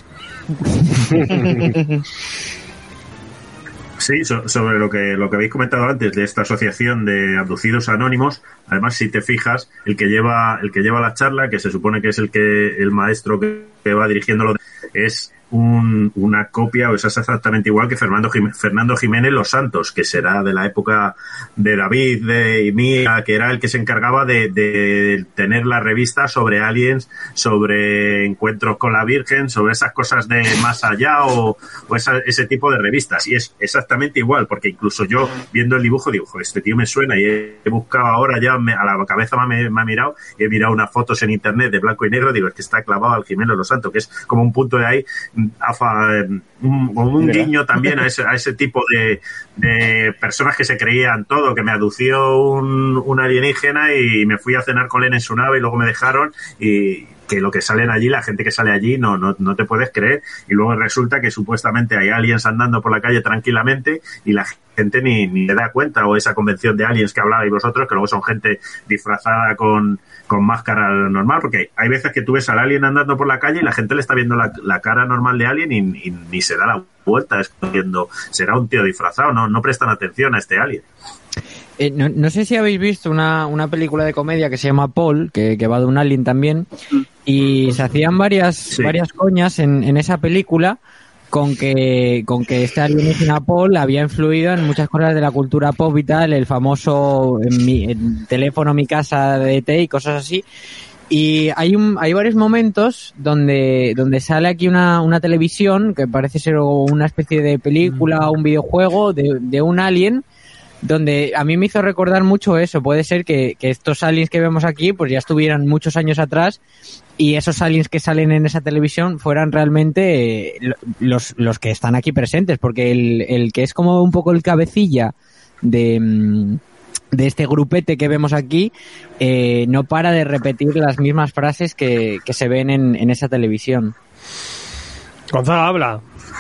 Sí, sobre lo que habéis comentado antes de esta asociación de abducidos anónimos, además si te fijas, el que lleva la charla, que se supone que es el maestro que que va dirigiéndolo es una copia, o es exactamente igual que Fernando Jiménez Los Santos, que será de la época de David y mía, que era el que se encargaba de tener la revista sobre aliens, sobre encuentros con la Virgen, sobre esas cosas de más allá o ese tipo de revistas. Y es exactamente igual, porque incluso yo viendo el dibujo digo, este tío me suena, y he buscado ahora ya, a la cabeza me ha mirado, y he mirado unas fotos en internet de blanco y negro, digo, es que está clavado al Jiménez Los Santos, que es como un punto de ahí, un guiño también a ese tipo de personas que se creían todo, que me adució un alienígena y me fui a cenar con él en su nave y luego me dejaron, y que lo que salen allí, la gente que sale allí no te puedes creer, y luego resulta que supuestamente hay aliens andando por la calle tranquilamente y la gente ni le da cuenta, o esa convención de aliens que hablabais vosotros, que luego son gente disfrazada con máscara normal, porque hay veces que tú ves al alien andando por la calle y la gente le está viendo la cara normal de alien y ni se da la vuelta, es viendo, será un tío disfrazado, no prestan atención a este alien. No sé si habéis visto una película de comedia que se llama Paul, que va de un alien también, y se hacían varias coñas en esa película con que este alienígena Paul había influido en muchas cosas de la cultura pop y tal, el famoso en teléfono, mi casa de ET y cosas así. Y hay varios momentos donde sale aquí una televisión que parece ser una especie de película o un videojuego de un alien, donde a mí me hizo recordar mucho eso. Puede ser que estos aliens que vemos aquí pues ya estuvieran muchos años atrás, y esos aliens que salen en esa televisión fueran realmente los que están aquí presentes, porque el que es como un poco el cabecilla de este grupete que vemos aquí no para de repetir las mismas frases que se ven en esa televisión. Gonzalo, habla.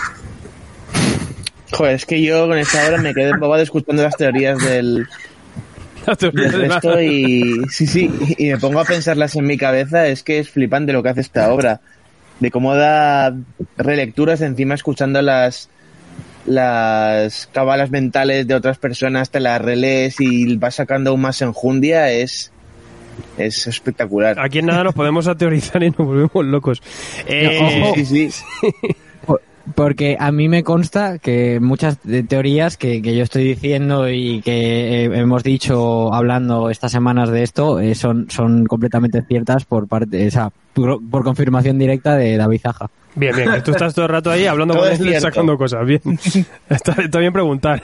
Joder, es que yo con esta hora me quedé embobado escuchando las teorías del resto y y me pongo a pensarlas en mi cabeza. Es que es flipante lo que hace esta obra, de cómo da relecturas encima escuchando las cábalas mentales de otras personas, te las relees y vas sacando aún más enjundia. Es espectacular. Aquí en nada nos podemos teorizar y nos volvemos locos. Ojo. Sí. Porque a mí me consta que muchas teorías que yo estoy diciendo y que hemos dicho hablando estas semanas de esto son completamente ciertas por confirmación directa de David Zaja. Bien, tú estás todo el rato ahí hablando todo con él y sacando cosas. Bien. Está bien preguntar.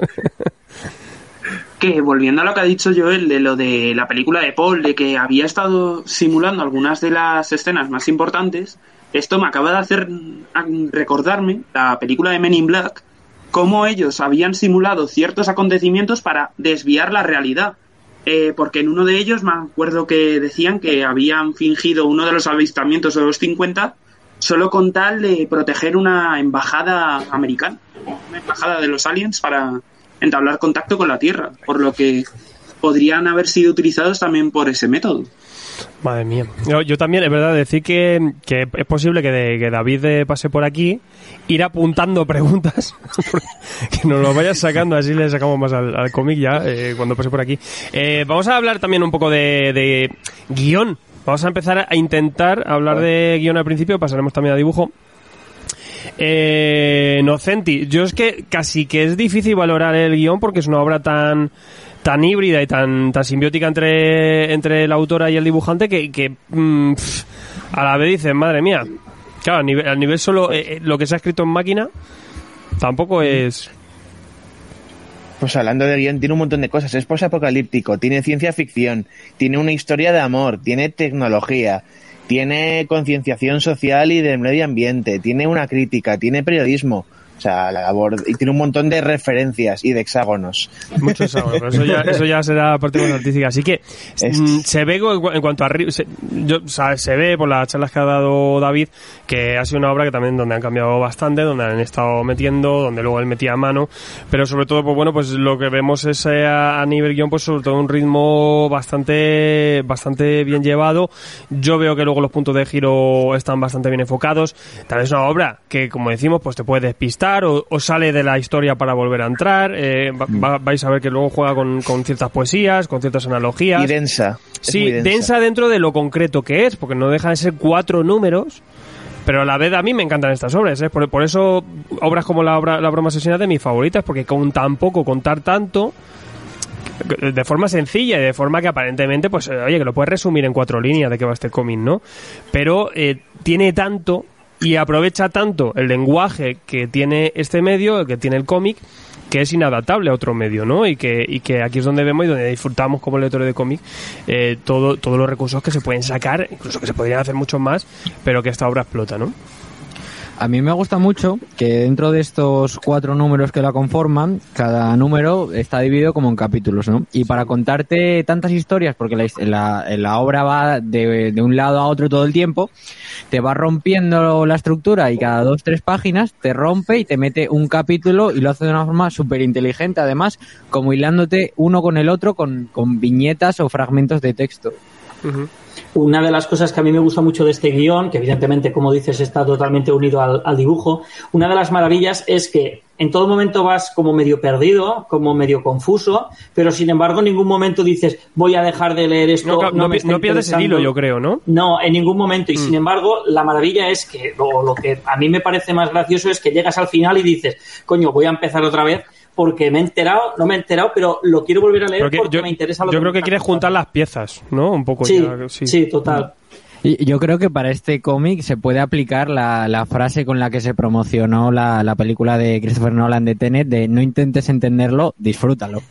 Que volviendo a lo que ha dicho Joel de lo de la película de Paul, de que había estado simulando algunas de las escenas más importantes, esto me acaba de hacer recordarme la película de Men in Black, cómo ellos habían simulado ciertos acontecimientos para desviar la realidad. Porque en uno de ellos me acuerdo que decían que habían fingido uno de los avistamientos de los 50 solo con tal de proteger una embajada americana, una embajada de los aliens, para entablar contacto con la Tierra, por lo que podrían haber sido utilizados también por ese método. Madre mía. Yo también, es verdad, decir que es posible que David pase por aquí, ir apuntando preguntas, que nos lo vayas sacando, así le sacamos más al cómic ya, cuando pase por aquí. Vamos a hablar también un poco de guión. Vamos a empezar a intentar hablar de guión al principio, pasaremos también a dibujo. Nocenti, yo es que casi que es difícil valorar el guión porque es una obra tan híbrida y tan simbiótica entre la autora y el dibujante que a la vez dicen, madre mía, claro, al nivel solo lo que se ha escrito en máquina tampoco es... Pues hablando de guión, tiene un montón de cosas. Es posapocalíptico, tiene ciencia ficción, tiene una historia de amor, tiene tecnología, tiene concienciación social y del medio ambiente, tiene una crítica, tiene periodismo. O sea, y tiene un montón de referencias y de hexágonos. Muchos hexágonos, eso ya será parte más artística. Así que se ve en cuanto a... se ve por las charlas que ha dado David que ha sido una obra que también donde han cambiado bastante, donde han estado metiendo, donde luego él metía a mano, pero sobre todo, pues bueno, pues lo que vemos es a nivel guión, pues sobre todo un ritmo bastante bien llevado. Yo veo que luego los puntos de giro están bastante bien enfocados. Tal vez es una obra que, como decimos, pues te puede despistar o sale de la historia para volver a entrar. Vais a ver que luego juega con ciertas poesías, con ciertas analogías. Y densa. Sí, densa dentro de lo concreto que es, porque no deja de ser 4 números Pero a la vez a mí me encantan estas obras, ¿eh? Por eso obras como la broma asesina de mis favoritas, porque con tan poco, contar tanto, de forma sencilla y de forma que aparentemente, pues, oye, que lo puedes resumir en 4 líneas de qué va este cómic, ¿no? Pero tiene tanto y aprovecha tanto el lenguaje que tiene este medio, que tiene el cómic, que es inadaptable a otro medio, ¿no? Y que aquí es donde vemos y donde disfrutamos como lectores de cómic todos los recursos que se pueden sacar, incluso que se podrían hacer muchos más, pero que esta obra explota, ¿no? A mí me gusta mucho que dentro de estos 4 números que la conforman, cada número está dividido como en capítulos, ¿no? Y para contarte tantas historias, porque la obra va de un lado a otro todo el tiempo, te va rompiendo la estructura y cada 2-3 páginas te rompe y te mete un capítulo y lo hace de una forma súper inteligente, además, como hilándote uno con el otro con viñetas o fragmentos de texto. Uh-huh. Una de las cosas que a mí me gusta mucho de este guión, que evidentemente, como dices, está totalmente unido al dibujo, una de las maravillas es que en todo momento vas como medio perdido, como medio confuso, pero sin embargo en ningún momento dices voy a dejar de leer esto. No pierdes el hilo, yo creo, ¿no? No, en ningún momento. Y sin embargo, la maravilla es que lo que a mí me parece más gracioso es que llegas al final y dices, coño, voy a empezar otra vez, porque no me he enterado, pero lo quiero volver a leer porque me interesa lo que... Yo creo que quieres juntar las piezas, ¿no? Un poco. Sí, ya, sí, total. Y yo creo que para este cómic se puede aplicar la frase con la que se promocionó la película de Christopher Nolan de Tenet, de no intentes entenderlo, disfrútalo.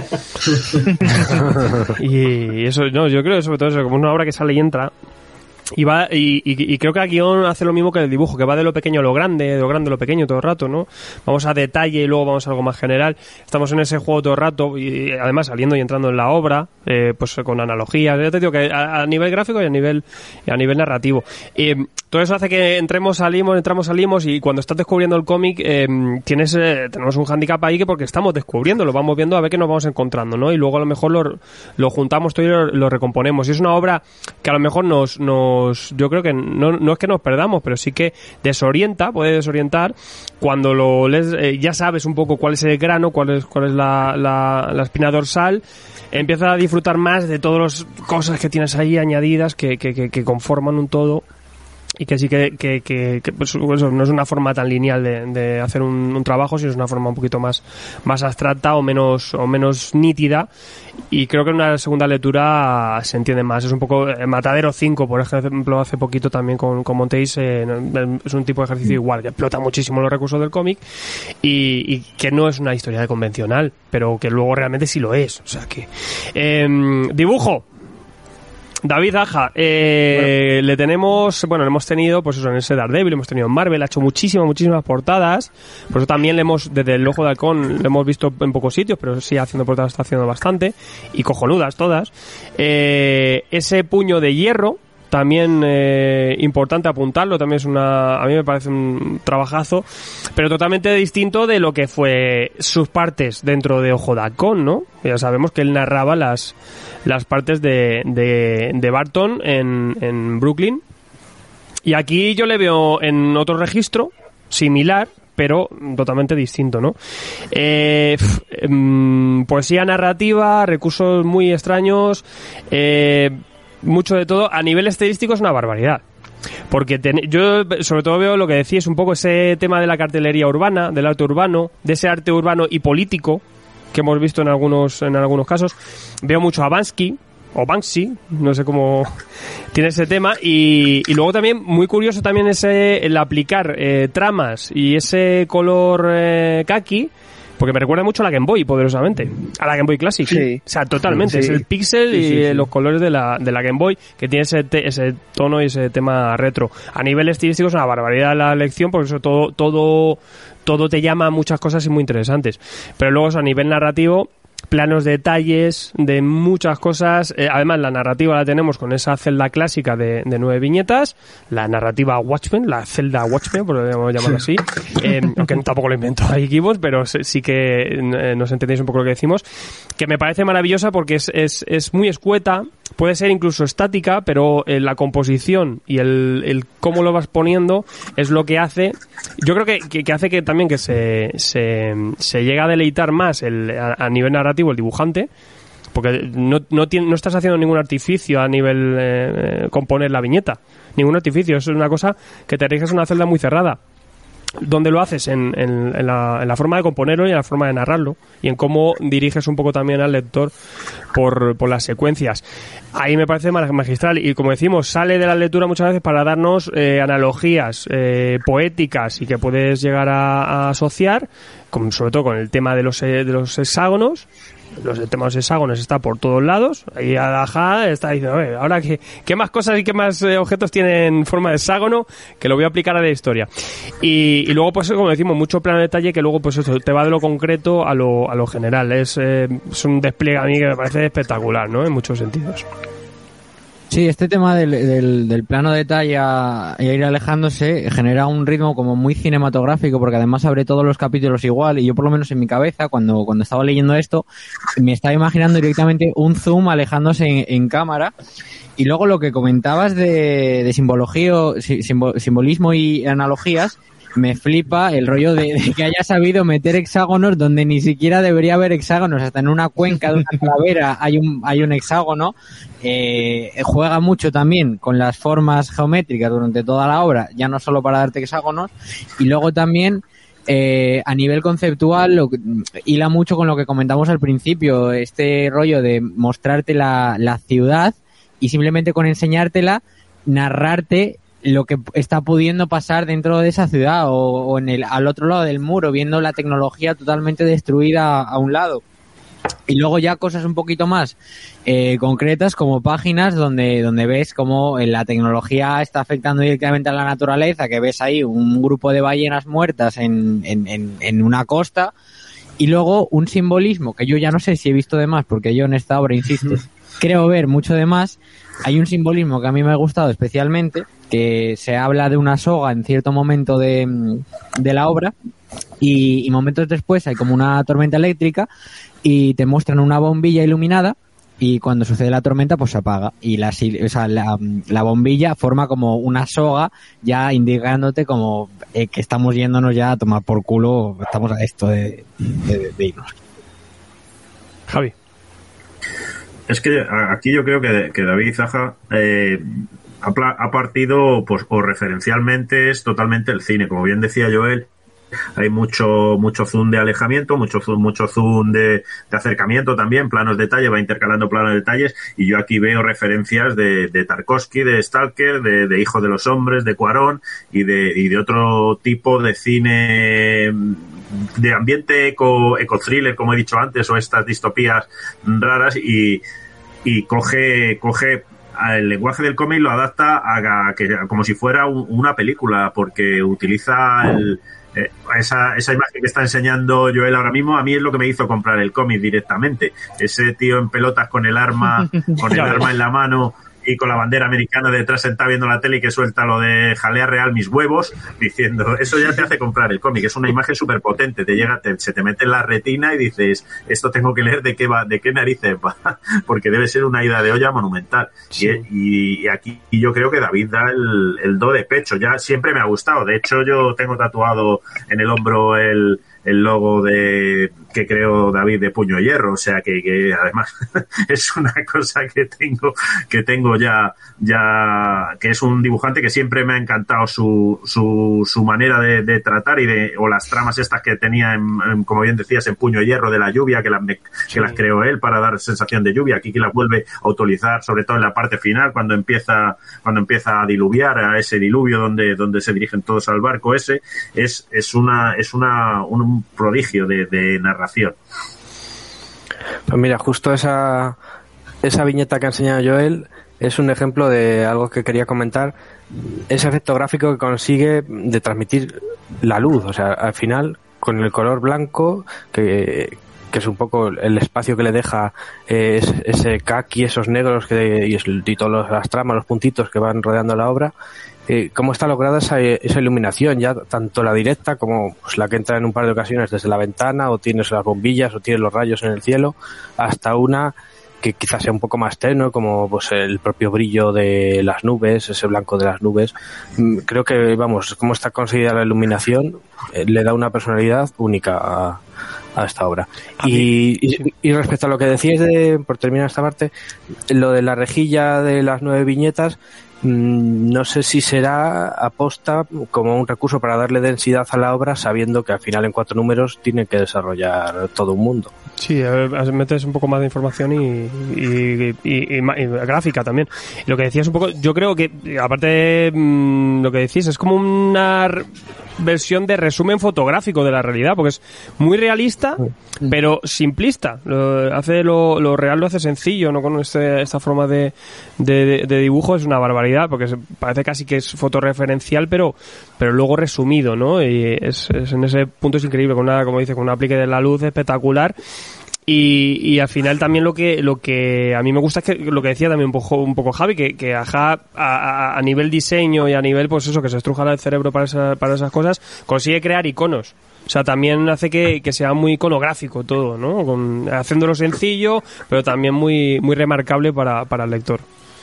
Y eso, no, yo creo que sobre todo eso, como una obra que sale y entra. Y va y creo que el guión hace lo mismo que el dibujo, que va de lo pequeño a lo grande, de lo grande a lo pequeño todo el rato, ¿no? Vamos a detalle y luego vamos a algo más general. Estamos en ese juego todo el rato y además saliendo y entrando en la obra, pues con analogías. Ya te digo que a nivel gráfico y a nivel narrativo. Todo eso hace que entramos, salimos y cuando estás descubriendo el cómic tenemos un hándicap ahí que porque estamos descubriendo, lo vamos viendo a ver qué nos vamos encontrando, ¿no? Y luego a lo mejor lo juntamos todo y lo recomponemos. Y es una obra que a lo mejor yo creo que no es que nos perdamos, pero sí que puede desorientar cuando lo lees, ya sabes un poco cuál es el grano, cuál es la espina dorsal, empiezas a disfrutar más de todas las cosas que tienes ahí añadidas que conforman un todo. Y que sí que pues eso no es una forma tan lineal de hacer un trabajo, sino es una forma un poquito más abstracta o menos nítida, y creo que en una segunda lectura se entiende más. Es un poco Matadero 5, por ejemplo, hace poquito también con Montéis, es un tipo de ejercicio igual, que explota muchísimo los recursos del cómic y que no es una historia de convencional, pero que luego realmente sí lo es. O sea que dibujo. David Aja, le hemos tenido, pues eso, en ese Daredevil, hemos tenido en Marvel, ha hecho muchísimas portadas, por eso también desde el Ojo de Halcón, le hemos visto en pocos sitios, pero sí haciendo portadas está haciendo bastante, y cojonudas todas. Ese Puño de Hierro, también importante apuntarlo, también a mí me parece un trabajazo, pero totalmente distinto de lo que fue sus partes dentro de Ojo de Halcón, ¿no? Ya sabemos que él narraba las partes de Barton en Brooklyn, y aquí yo le veo en otro registro similar, pero totalmente distinto, ¿no? Poesía narrativa, recursos muy extraños, mucho de todo. A nivel estilístico es una barbaridad, porque yo sobre todo veo lo que decís un poco, ese tema de la cartelería urbana, del arte urbano, de ese arte urbano y político que hemos visto en algunos casos. Veo mucho a Bansky o Banksy, no sé cómo tiene ese tema, y luego también muy curioso también el aplicar tramas y ese color kaki, porque me recuerda mucho a la Game Boy, poderosamente. A la Game Boy Classic. Sí. O sea, totalmente. Sí. Es el pixel y los colores de la Game Boy, que tiene ese tono y ese tema retro. A nivel estilístico es una barbaridad la elección, porque eso todo te llama a muchas cosas y muy interesantes. Pero luego eso, a nivel narrativo, planos detalles de muchas cosas. Además, la narrativa la tenemos con esa celda clásica de 9 viñetas, la narrativa Watchmen, la celda Watchmen, podríamos llamarlo así, aunque tampoco lo inventó ahí Gibbons, pero sí que nos entendéis un poco lo que decimos, que me parece maravillosa porque es muy escueta, puede ser incluso estática, pero la composición y el cómo lo vas poniendo es lo que hace, yo creo que hace que también que se llega a deleitar más a nivel narrativo el dibujante, porque no estás haciendo ningún artificio a nivel componer la viñeta, ningún artificio, es una cosa que te riges una celda muy cerrada. Donde lo haces en la forma de componerlo y en la forma de narrarlo y en cómo diriges un poco también al lector por las secuencias. Ahí me parece magistral y, como decimos, sale de la lectura muchas veces para darnos analogías poéticas y que puedes llegar a asociar, sobre todo con el tema de los hexágonos. El tema de los hexágonos está por todos lados. Ahí Adahá está diciendo, ahora qué más cosas y qué más objetos tienen forma de hexágono, que lo voy a aplicar a la historia. Y luego, pues como decimos, mucho plano de detalle que luego pues eso te va de lo concreto a lo general. Es un despliegue a mí que me parece espectacular, ¿no? En muchos sentidos. Sí, este tema del plano de detalle a ir alejándose genera un ritmo como muy cinematográfico, porque además abre todos los capítulos igual, y yo por lo menos en mi cabeza, cuando estaba leyendo esto, me estaba imaginando directamente un zoom alejándose en cámara. Y luego lo que comentabas de simbolismo y analogías, me flipa el rollo de que haya sabido meter hexágonos donde ni siquiera debería haber hexágonos. Hasta en una cuenca de una calavera hay un hexágono. Juega mucho también con las formas geométricas durante toda la obra, ya no solo para darte hexágonos. Y luego también a nivel conceptual hila mucho con lo que comentamos al principio, este rollo de mostrarte la ciudad y simplemente con enseñártela, narrarte lo que está pudiendo pasar dentro de esa ciudad o al otro lado del muro, viendo la tecnología totalmente destruida a un lado. Y luego ya cosas un poquito más concretas, como páginas donde ves cómo la tecnología está afectando directamente a la naturaleza, que ves ahí un grupo de ballenas muertas en una costa, y luego un simbolismo que yo ya no sé si he visto de más, porque yo en esta obra, insisto, creo ver mucho de más. Hay un simbolismo que a mí me ha gustado especialmente, que se habla de una soga en cierto momento de la obra, y momentos después hay como una tormenta eléctrica y te muestran una bombilla iluminada, y cuando sucede la tormenta pues se apaga, y la bombilla forma como una soga, ya indicándote como que estamos yéndonos ya a tomar por culo, estamos a esto de irnos. Javi. Es que aquí yo creo que David Zaha ha partido, pues, o referencialmente es totalmente el cine. Como bien decía Joel, hay mucho zoom de alejamiento, mucho zoom de acercamiento también, planos de detalle, va intercalando planos de detalles, y yo aquí veo referencias de Tarkovsky, de Stalker, de Hijo de los Hombres, de Cuarón y de otro tipo de cine de ambiente eco-thriller, como he dicho antes, o estas distopías raras, y coge el lenguaje del cómic, lo adapta como si fuera una película, porque utiliza esa imagen que está enseñando Joel ahora mismo. A mí es lo que me hizo comprar el cómic directamente, ese tío en pelotas con el arma en la mano y con la bandera americana detrás, sentado viendo la tele, y que suelta lo de jalea real mis huevos, diciendo, eso ya te hace comprar el cómic. Es una imagen súper potente, se te mete en la retina y dices, esto tengo que leer de qué narices va, porque debe ser una ida de olla monumental. Sí. Y aquí yo creo que David da el do de pecho. Ya siempre me ha gustado, de hecho yo tengo tatuado en el hombro el logo que creó David de Puño de Hierro, o sea que además es una cosa que tengo ya que es un dibujante que siempre me ha encantado su manera de tratar o las tramas estas que tenía como bien decías, en Puño de Hierro, de la lluvia, que las creó él para dar sensación de lluvia. Aquí que las vuelve a utilizar, sobre todo en la parte final, cuando empieza a diluviar, a ese diluvio donde se dirigen todos al barco ese. Es un prodigio de narración. Pues mira, justo esa viñeta que ha enseñado Joel es un ejemplo de algo que quería comentar, ese efecto gráfico que consigue de transmitir la luz, o sea, al final con el color blanco que es un poco el espacio que le deja ese kaki, esos negros y todas las tramas, los puntitos que van rodeando la obra. Cómo está lograda esa iluminación, ya tanto la directa como pues, la que entra en un par de ocasiones desde la ventana, o tienes las bombillas, o tienes los rayos en el cielo, hasta una que quizás sea un poco más tenue, como pues el propio brillo de las nubes, ese blanco de las nubes. Creo que, vamos, cómo está conseguida la iluminación le da una personalidad única esta obra. Y respecto a lo que decías por terminar esta parte, lo de la rejilla de las 9 viñetas, no sé si será aposta como un recurso para darle densidad a la obra, sabiendo que al final en 4 números tiene que desarrollar todo un mundo. Sí, metes un poco más de información y gráfica también. Lo que decías un poco, yo creo que, aparte de lo que decís, es como una versión de resumen fotográfico de la realidad, porque es muy realista, pero simplista. Lo real lo hace sencillo, no con esta forma de dibujo, es una barbaridad, porque parece casi que es fotorreferencial, pero luego resumido, ¿no? Y en ese punto es increíble, con un aplique de la luz espectacular. Y al final también lo que a mí me gusta es que lo que decía también un poco Javi, que a nivel diseño y a nivel, pues eso, que se estruja el cerebro para esas cosas, consigue crear iconos. O sea, también hace que sea muy iconográfico todo, ¿no? Haciéndolo sencillo, pero también muy, muy remarcable para el lector.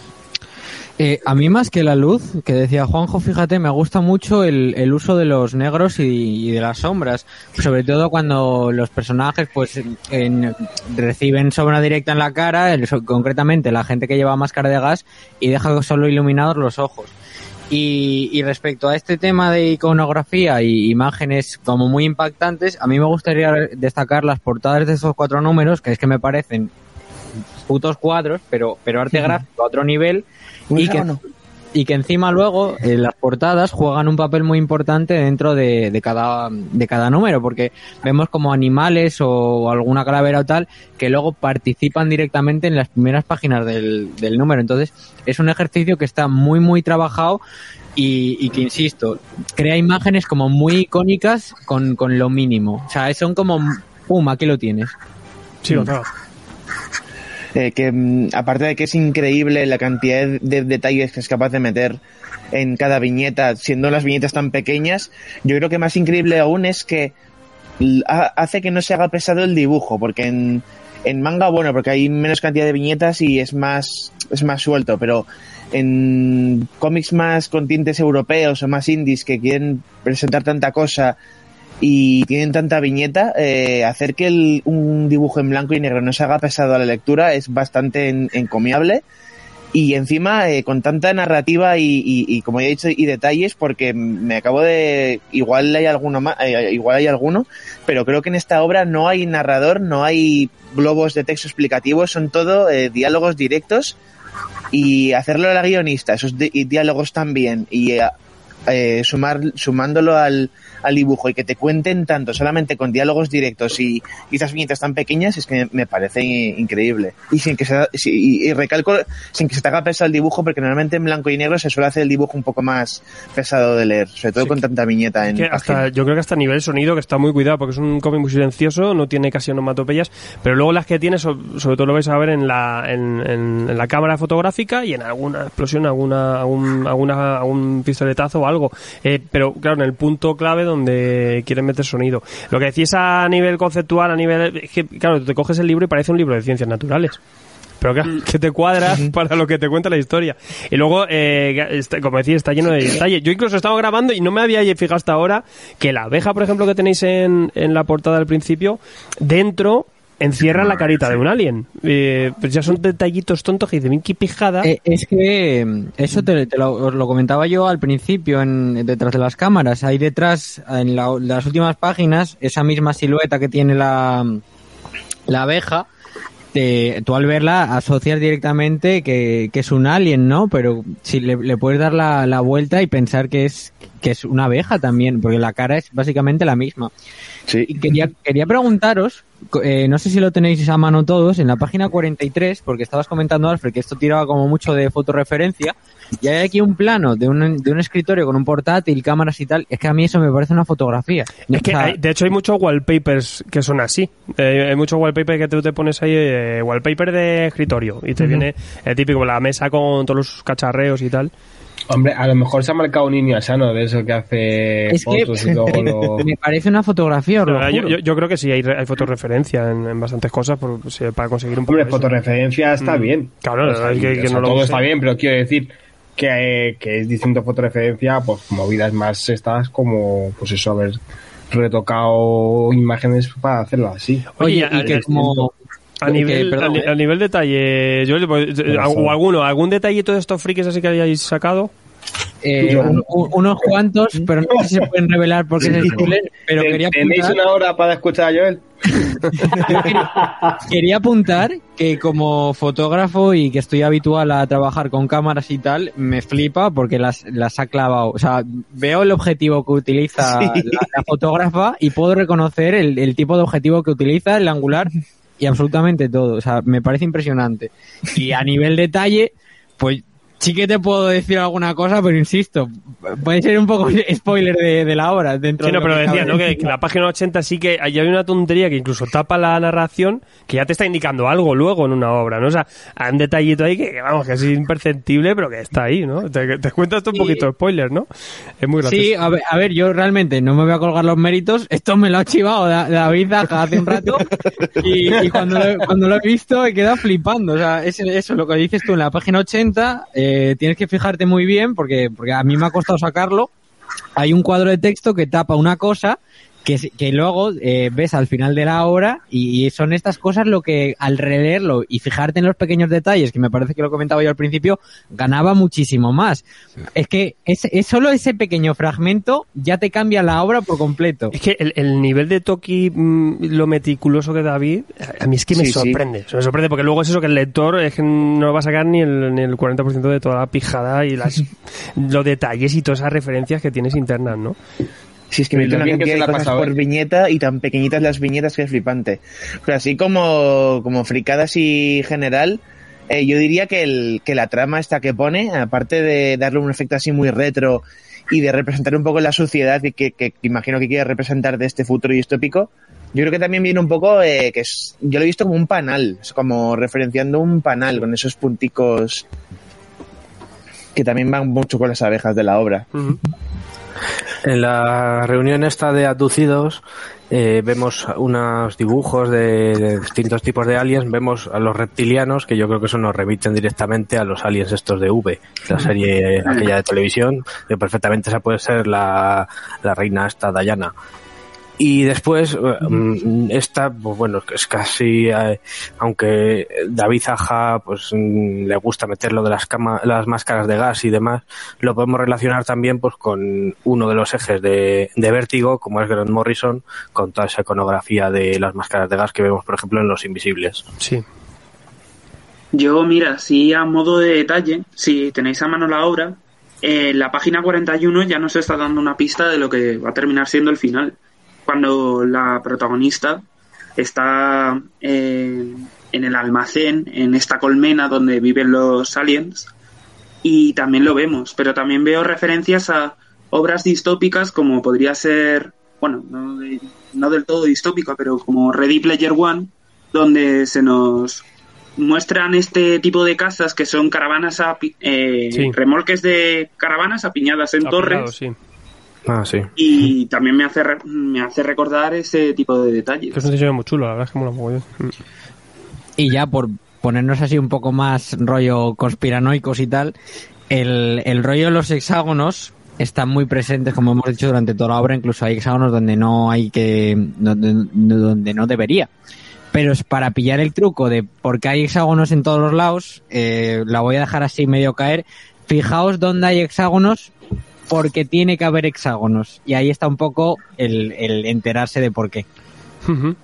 A mí, más que la luz, que decía Juanjo, fíjate, me gusta mucho el uso de los negros y de las sombras, sobre todo cuando los personajes pues reciben sombra directa en la cara, concretamente la gente que lleva máscara de gas, y deja solo iluminados los ojos. Y respecto a este tema de iconografía y imágenes como muy impactantes, a mí me gustaría destacar las portadas de esos 4 números, que es que me parecen putos cuadros, pero arte gráfico a otro nivel, y que encima luego las portadas juegan un papel muy importante dentro de cada número, porque vemos como animales o alguna calavera o tal que luego participan directamente en las primeras páginas del número. Entonces es un ejercicio que está muy muy trabajado y que, insisto, crea imágenes como muy icónicas con lo mínimo. O sea, son como ¡pum! Aquí lo tienes. Sí, claro. Que aparte de que es increíble la cantidad de detalles que es capaz de meter en cada viñeta, siendo las viñetas tan pequeñas, yo creo que más increíble aún es que hace que no se haga pesado el dibujo, porque en manga, bueno, porque hay menos cantidad de viñetas y es más suelto, pero en cómics más con tintes europeos o más indies que quieren presentar tanta cosa y tienen tanta viñeta, hacer que un dibujo en blanco y negro no se haga pesado a la lectura es bastante encomiable, y encima con tanta narrativa y como ya he dicho, y detalles, porque me acabo de... igual hay alguno, pero creo que en esta obra no hay narrador, no hay globos de texto explicativos, son todo diálogos directos, y hacerlo a la guionista, esos diálogos también, y sumándolo al dibujo, y que te cuenten tanto solamente con diálogos directos y esas viñetas tan pequeñas, es que me parece increíble. Y recalco, sin que se te haga pesado el dibujo, porque normalmente en blanco y negro se suele hacer el dibujo un poco más pesado de leer, sobre todo con tanta viñeta en página. Yo creo que hasta a nivel sonido, que está muy cuidado, porque es un cómic muy silencioso, no tiene casi onomatopeyas, pero luego las que tiene, sobre todo lo vais a ver en la cámara fotográfica y en alguna explosión, algún pistoletazo o algo, pero claro, en el punto clave donde quieren meter sonido. Lo que decís a nivel conceptual, es que claro, te coges el libro y parece un libro de ciencias naturales, pero claro, que te cuadra para lo que te cuenta la historia. Y luego, como decís, está lleno de detalles. Yo incluso estaba grabando y no me había fijado hasta ahora que la abeja, por ejemplo, que tenéis en la portada al principio, dentro encierra la carita de un alien. Pues ya son detallitos tontos que dicen, qué pijada. Es que eso os lo comentaba yo al principio, detrás de las cámaras. Hay detrás, en las últimas páginas, esa misma silueta que tiene la abeja. Tú al verla asocias directamente que es un alien, ¿no? Pero si le puedes dar la vuelta y pensar que es una abeja también, porque la cara es básicamente la misma. Sí. Y quería preguntaros, no sé si lo tenéis a mano todos, en la página 43, porque estabas comentando, Alfred, que esto tiraba como mucho de fotorreferencia, y hay aquí un plano de un escritorio con un portátil, cámaras y tal. Es que a mí eso me parece una fotografía. Es que de hecho hay muchos wallpapers que son así. Hay muchos wallpapers que tú te pones ahí, wallpaper de escritorio, y te viene el típico, la mesa con todos los cacharreos y tal. Hombre, a lo mejor se ha marcado un niño sano de eso que hace fotos y luego me parece una fotografía, yo creo que sí, hay fotorreferencia en bastantes cosas para conseguir un poco. Hombre, fotorreferencia está bien. Claro, pues, que no todo está bien, pero quiero decir que es distinto fotorreferencia, pues movidas más estas como, pues eso, a ver, retocado imágenes para hacerlo así. Oye, y que como... A nivel detalle, Joel, o algún detallito de estos frikis así que hayáis sacado. Unos cuantos, pero no sé si se pueden revelar porque es spoiler, pero quería apuntar... ¿Tenéis una hora para escuchar a Joel? Quería apuntar que como fotógrafo y que estoy habitual a trabajar con cámaras y tal, me flipa porque las ha clavado. O sea, veo el objetivo que utiliza la fotógrafa y puedo reconocer el tipo de objetivo que utiliza, el angular y absolutamente todo. O sea, me parece impresionante. Y a nivel detalle, pues sí que te puedo decir alguna cosa, pero insisto, puede ser un poco spoiler de la obra. Dentro sí, no, de pero decía, ¿no? Que la página 80 sí que hay una tontería que incluso tapa la narración, que ya te está indicando algo luego en una obra, ¿no? O sea, hay un detallito ahí que vamos, que es imperceptible, pero que está ahí, ¿no? Te cuento esto un poquito de spoiler, ¿no? Es muy gracioso. Sí, a ver, yo realmente no me voy a colgar los méritos. Esto me lo ha chivado David Zaja hace un rato y cuando lo he visto he quedado flipando. O sea, eso lo que dices tú en la página 80, tienes que fijarte muy bien porque a mí me ha costado sacarlo. Hay un cuadro de texto que tapa una cosa que luego ves al final de la obra y son estas cosas lo que al releerlo y fijarte en los pequeños detalles, que me parece que lo comentaba yo al principio, ganaba muchísimo más. Es que es solo ese pequeño fragmento ya te cambia la obra por completo. Es que el nivel de Toki, lo meticuloso que David, a mí es que me sorprende. Sí. Me sorprende porque luego es eso que el lector es que no va a sacar ni el 40% de toda la pijada y los detalles y todas esas referencias que tienes internas, ¿no? Si es que mete una cantidad de cosas por viñeta y tan pequeñitas las viñetas que es flipante. Pero así como fricadas y general, yo diría que la trama esta que pone, aparte de darle un efecto así muy retro y de representar un poco la sociedad que imagino que quiere representar de este futuro distópico, yo creo que también viene un poco, yo lo he visto como un panal, como referenciando un panal con esos punticos que también van mucho con las abejas de la obra. Uh-huh. En la reunión esta de abducidos vemos unos dibujos de distintos tipos de aliens, vemos a los reptilianos, que yo creo que eso nos remiten directamente a los aliens estos de V, la serie aquella de televisión, que perfectamente esa puede ser la reina esta Diana. Y después, esta, pues bueno, es casi, aunque David Zaha, pues le gusta meterlo de las máscaras de gas y demás, lo podemos relacionar también pues con uno de los ejes de Vértigo, como es Grant Morrison, con toda esa iconografía de las máscaras de gas que vemos, por ejemplo, en Los Invisibles. Sí. Yo, mira, si a modo de detalle, si tenéis a mano la obra, la página 41 ya nos está dando una pista de lo que va a terminar siendo el final. Cuando la protagonista está en el almacén, en esta colmena donde viven los aliens, y también lo vemos, pero también veo referencias a obras distópicas como podría ser, bueno, no del todo distópica, pero como Ready Player One, donde se nos muestran este tipo de casas que son caravanas, remolques de caravanas apiñadas en torres. Sí. Ah, sí. Y también me hace recordar ese tipo de detalles. Es un diseño muy chulo, la verdad es que mola muy bien. Y ya por ponernos así un poco más rollo conspiranoicos y tal, el rollo de los hexágonos están muy presentes, como hemos dicho, durante toda la obra. Incluso hay hexágonos donde donde no debería. Pero es para pillar el truco de por qué hay hexágonos en todos los lados, la voy a dejar así medio caer. Fijaos dónde hay hexágonos, porque tiene que haber hexágonos. Y ahí está un poco el enterarse de por qué. Uh-huh.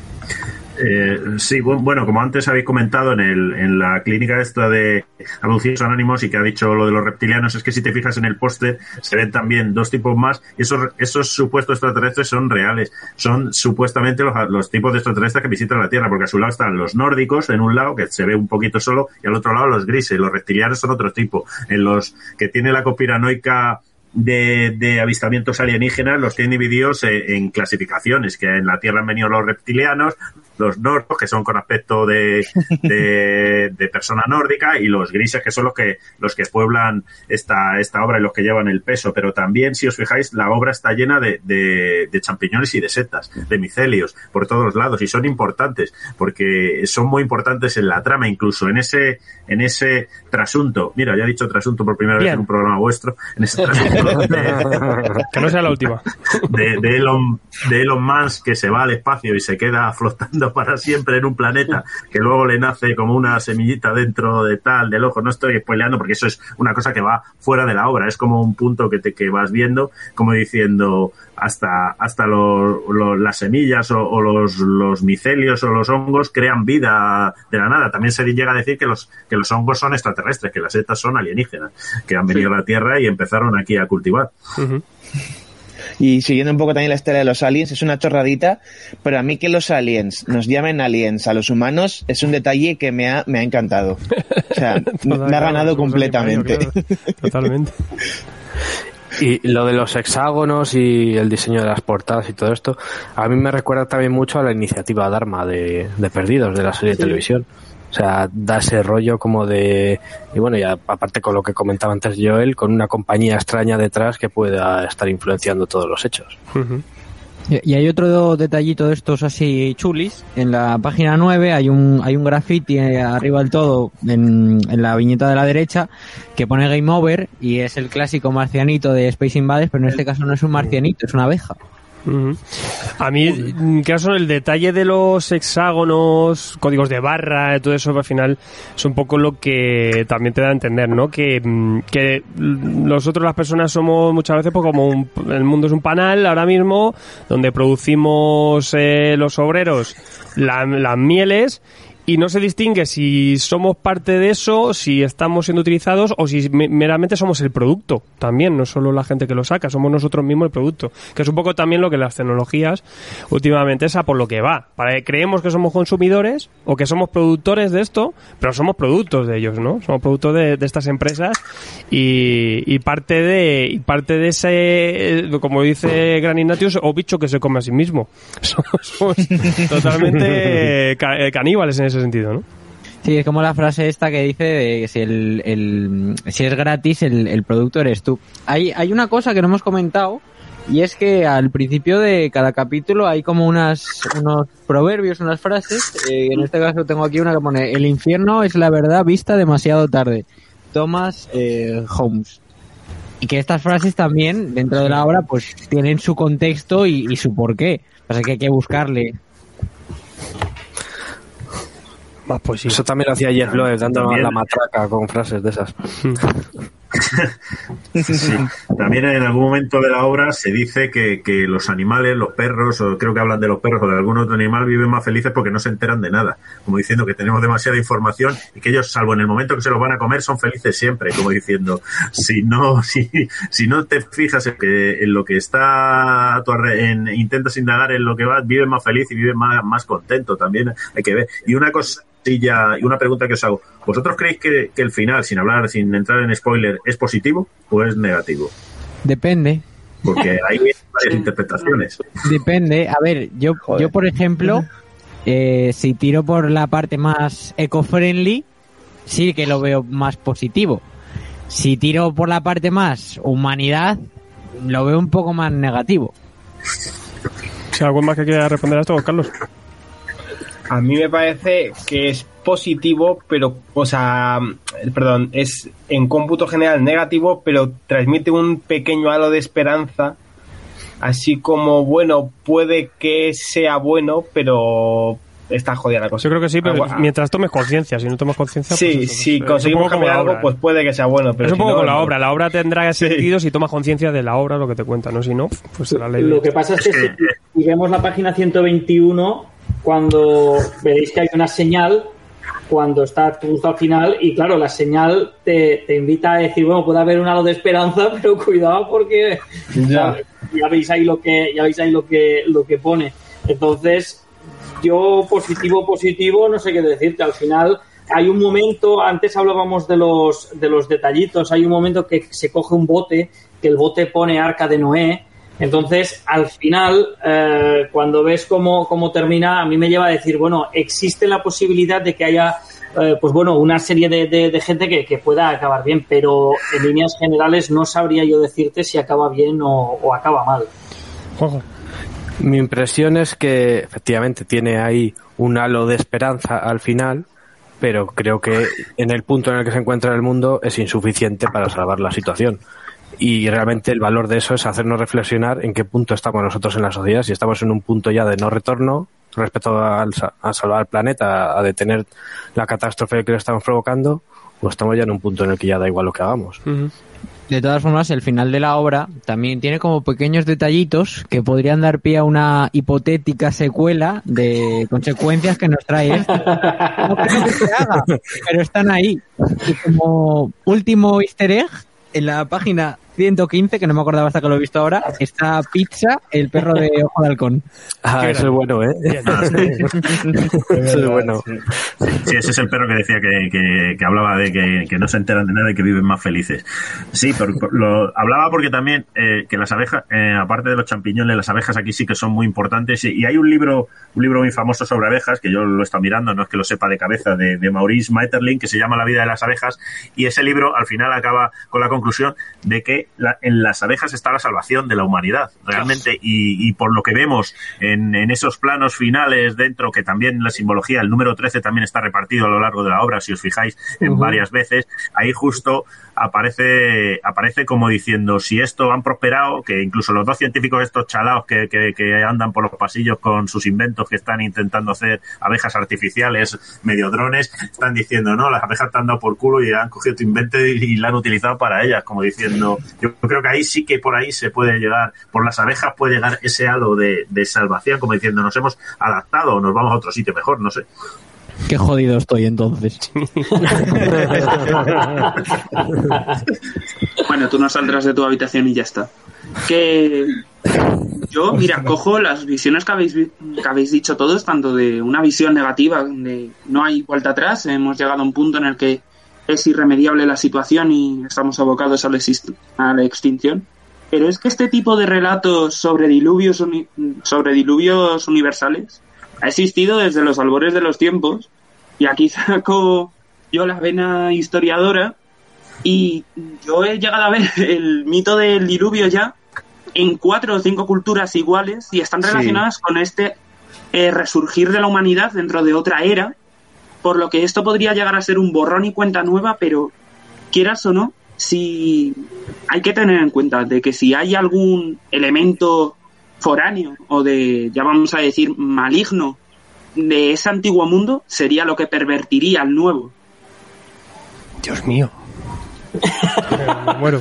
Sí, bueno, como antes habéis comentado en la clínica esta de abducidos anónimos y que ha dicho lo de los reptilianos, es que si te fijas en el póster se ven también dos tipos más y esos supuestos extraterrestres son reales, son supuestamente los tipos de extraterrestres que visitan la Tierra, porque a su lado están los nórdicos en un lado, que se ve un poquito solo, y al otro lado los grises. Los reptilianos son otro tipo, en los que tiene la conspiranoica de avistamientos alienígenas los tienen divididos en clasificaciones, que en la Tierra han venido los reptilianos, nordos, que son con aspecto de persona nórdica, y los grises, que son los que pueblan esta obra y los que llevan el peso. Pero también, si os fijáis, la obra está llena de champiñones y de setas, de micelios por todos los lados, y son importantes porque son muy importantes en la trama, incluso en ese trasunto. Mira, ya he dicho trasunto por primera vez en un programa vuestro, en ese trasunto que no sea la última, de Elon Musk, que se va al espacio y se queda flotando para siempre en un planeta, que luego le nace como una semillita dentro del ojo. No estoy spoileando porque eso es una cosa que va fuera de la obra, es como un punto que vas viendo, como diciendo hasta las semillas o los micelios o los hongos crean vida de la nada. También se llega a decir que los hongos son extraterrestres, que las setas son alienígenas, que han venido a la Tierra y empezaron aquí a cultivar. Uh-huh. Y siguiendo un poco también la historia de los aliens, es una chorradita, pero a mí que los aliens nos llamen aliens a los humanos es un detalle que me ha encantado. O sea, me ha ganado completamente. Totalmente. Y lo de los hexágonos y el diseño de las portadas y todo esto, a mí me recuerda también mucho a la iniciativa Dharma de Perdidos, de la serie de televisión. O sea, da ese rollo como de... Y bueno, ya aparte con lo que comentaba antes Joel, con una compañía extraña detrás que pueda estar influenciando todos los hechos. Uh-huh. Y hay otro detallito de estos así chulis. En la página 9 hay un graffiti arriba del todo, en la viñeta de la derecha, que pone Game Over, y es el clásico marcianito de Space Invaders, pero en este caso no es un marcianito, es una abeja. Uh-huh. A mí, en caso, el detalle de los hexágonos, códigos de barra, todo eso al final es un poco lo que también te da a entender, ¿no? Que nosotros las personas somos muchas veces pues como el mundo es un panal ahora mismo donde producimos los obreros las mieles, y no se distingue si somos parte de eso, si estamos siendo utilizados o si meramente somos el producto también, no solo la gente que lo saca, somos nosotros mismos el producto, que es un poco también lo que las tecnologías últimamente es a por lo que va. Creemos que somos consumidores o que somos productores de esto, pero somos productos de ellos, ¿no? Somos productos de estas empresas y parte de ese, como dice Gran Ignatius, o bicho que se come a sí mismo. Somos totalmente caníbales en ese sentido, ¿no? Sí, es como la frase esta que dice de que si es gratis el producto eres tú. Hay una cosa que no hemos comentado, y es que al principio de cada capítulo hay como unos proverbios, unas frases. En este caso tengo aquí una que pone: el infierno es la verdad vista demasiado tarde. Thomas Holmes. Y que estas frases también dentro de la obra pues tienen su contexto y su porqué. O sea que hay que buscarle. Pues sí. Eso también lo hacía Jeff Loeb, dando la matraca con frases de esas. Sí. También en algún momento de la obra se dice que los animales, los perros, o creo que hablan de los perros o de algún otro animal, viven más felices porque no se enteran de nada, como diciendo que tenemos demasiada información y que ellos, salvo en el momento que se los van a comer, son felices siempre, como diciendo, si no te fijas en lo que está a tu intentas indagar en lo que va, vives más feliz y vives más contento. También hay que ver. Y una cosa y una pregunta que os hago: ¿vosotros creéis que el final, sin entrar en spoiler, es positivo o es negativo? Depende. Porque hay varias interpretaciones. Depende. A ver, yo por ejemplo, si tiro por la parte más eco-friendly, sí que lo veo más positivo. Si tiro por la parte más humanidad, lo veo un poco más negativo. ¿Si algo más que quiera responder a esto, Carlos? A mí me parece que es positivo, pero, es en cómputo general negativo, pero transmite un pequeño halo de esperanza, así como, bueno, puede que sea bueno, pero está jodida la cosa. Yo creo que sí, pero mientras tomes conciencia, si no tomas conciencia... Sí, pues eso, si conseguimos cambiar algo, pues puede que sea bueno, pero es un si poco no, con la obra tendrá sentido si tomas conciencia de la obra, lo que te cuenta, ¿no? Si no, pues será ley. Lo que pasa es que si vemos la página 121, cuando veréis que hay una señal, cuando está justo al final, y claro, la señal te invita a decir, bueno, puede haber un halo de esperanza, pero cuidado porque ya veis ahí lo que pone. Entonces, yo positivo, no sé qué decirte. Al final hay un momento, antes hablábamos de los detallitos, hay un momento que se coge un bote, que el bote pone Arca de Noé, Entonces, al final, cuando ves cómo termina, a mí me lleva a decir, bueno, existe la posibilidad de que haya pues bueno, una serie de gente que pueda acabar bien, pero en líneas generales no sabría yo decirte si acaba bien o acaba mal. Mi impresión es que efectivamente tiene ahí un halo de esperanza al final, pero creo que en el punto en el que se encuentra el mundo es insuficiente para salvar la situación. Y realmente el valor de eso es hacernos reflexionar en qué punto estamos nosotros en la sociedad, si estamos en un punto ya de no retorno respecto a salvar el planeta, a detener la catástrofe que le estamos provocando, o estamos ya en un punto en el que ya da igual lo que hagamos. Uh-huh. De todas formas, el final de la obra también tiene como pequeños detallitos que podrían dar pie a una hipotética secuela de consecuencias que nos trae esto. No creo que se haga, pero están ahí. Y como último easter egg, en la página 115, que no me acordaba hasta que lo he visto ahora, está Pizza, el perro de Ojo de Halcón. Ah, eso es bueno, ¿eh? Eso es bueno. Sí, ese es el perro que decía que hablaba de que no se enteran de nada y que viven más felices. Sí, pero hablaba porque también que las abejas, aparte de los champiñones, las abejas aquí sí que son muy importantes. Y hay un libro muy famoso sobre abejas, que yo lo he estado mirando, no es que lo sepa de cabeza, de Maurice Maeterlinck, que se llama La vida de las abejas, y ese libro al final acaba con la conclusión de que en las abejas está la salvación de la humanidad, realmente, y por lo que vemos en esos planos finales dentro, que también la simbología, el número 13 también está repartido a lo largo de la obra, si os fijáis en varias veces, ahí justo aparece como diciendo, si esto han prosperado, que incluso los dos científicos estos chalaos que andan por los pasillos con sus inventos, que están intentando hacer abejas artificiales, medio drones, están diciendo, no, las abejas te han dado por culo y han cogido tu invento y la han utilizado para ellas, como diciendo, yo creo que ahí sí que por ahí se puede llegar, por las abejas puede llegar ese halo de salvación, como diciendo, nos hemos adaptado o nos vamos a otro sitio mejor, no sé. Qué jodido estoy entonces. Bueno, tú no saldrás de tu habitación y ya está. Que yo, mira, cojo las visiones que habéis dicho todos, tanto de una visión negativa, de no hay vuelta atrás, hemos llegado a un punto en el que es irremediable la situación y estamos abocados a la extinción. Pero es que este tipo de relatos sobre diluvios universales ha existido desde los albores de los tiempos, y aquí saco yo la vena historiadora, y yo he llegado a ver el mito del diluvio ya en 4 o 5 culturas iguales, y están relacionadas con este resurgir de la humanidad dentro de otra era, por lo que esto podría llegar a ser un borrón y cuenta nueva, pero quieras o no, si hay que tener en cuenta de que si hay algún elemento foráneo o de, ya vamos a decir, maligno de ese antiguo mundo, sería lo que pervertiría al nuevo. Dios mío. Bueno,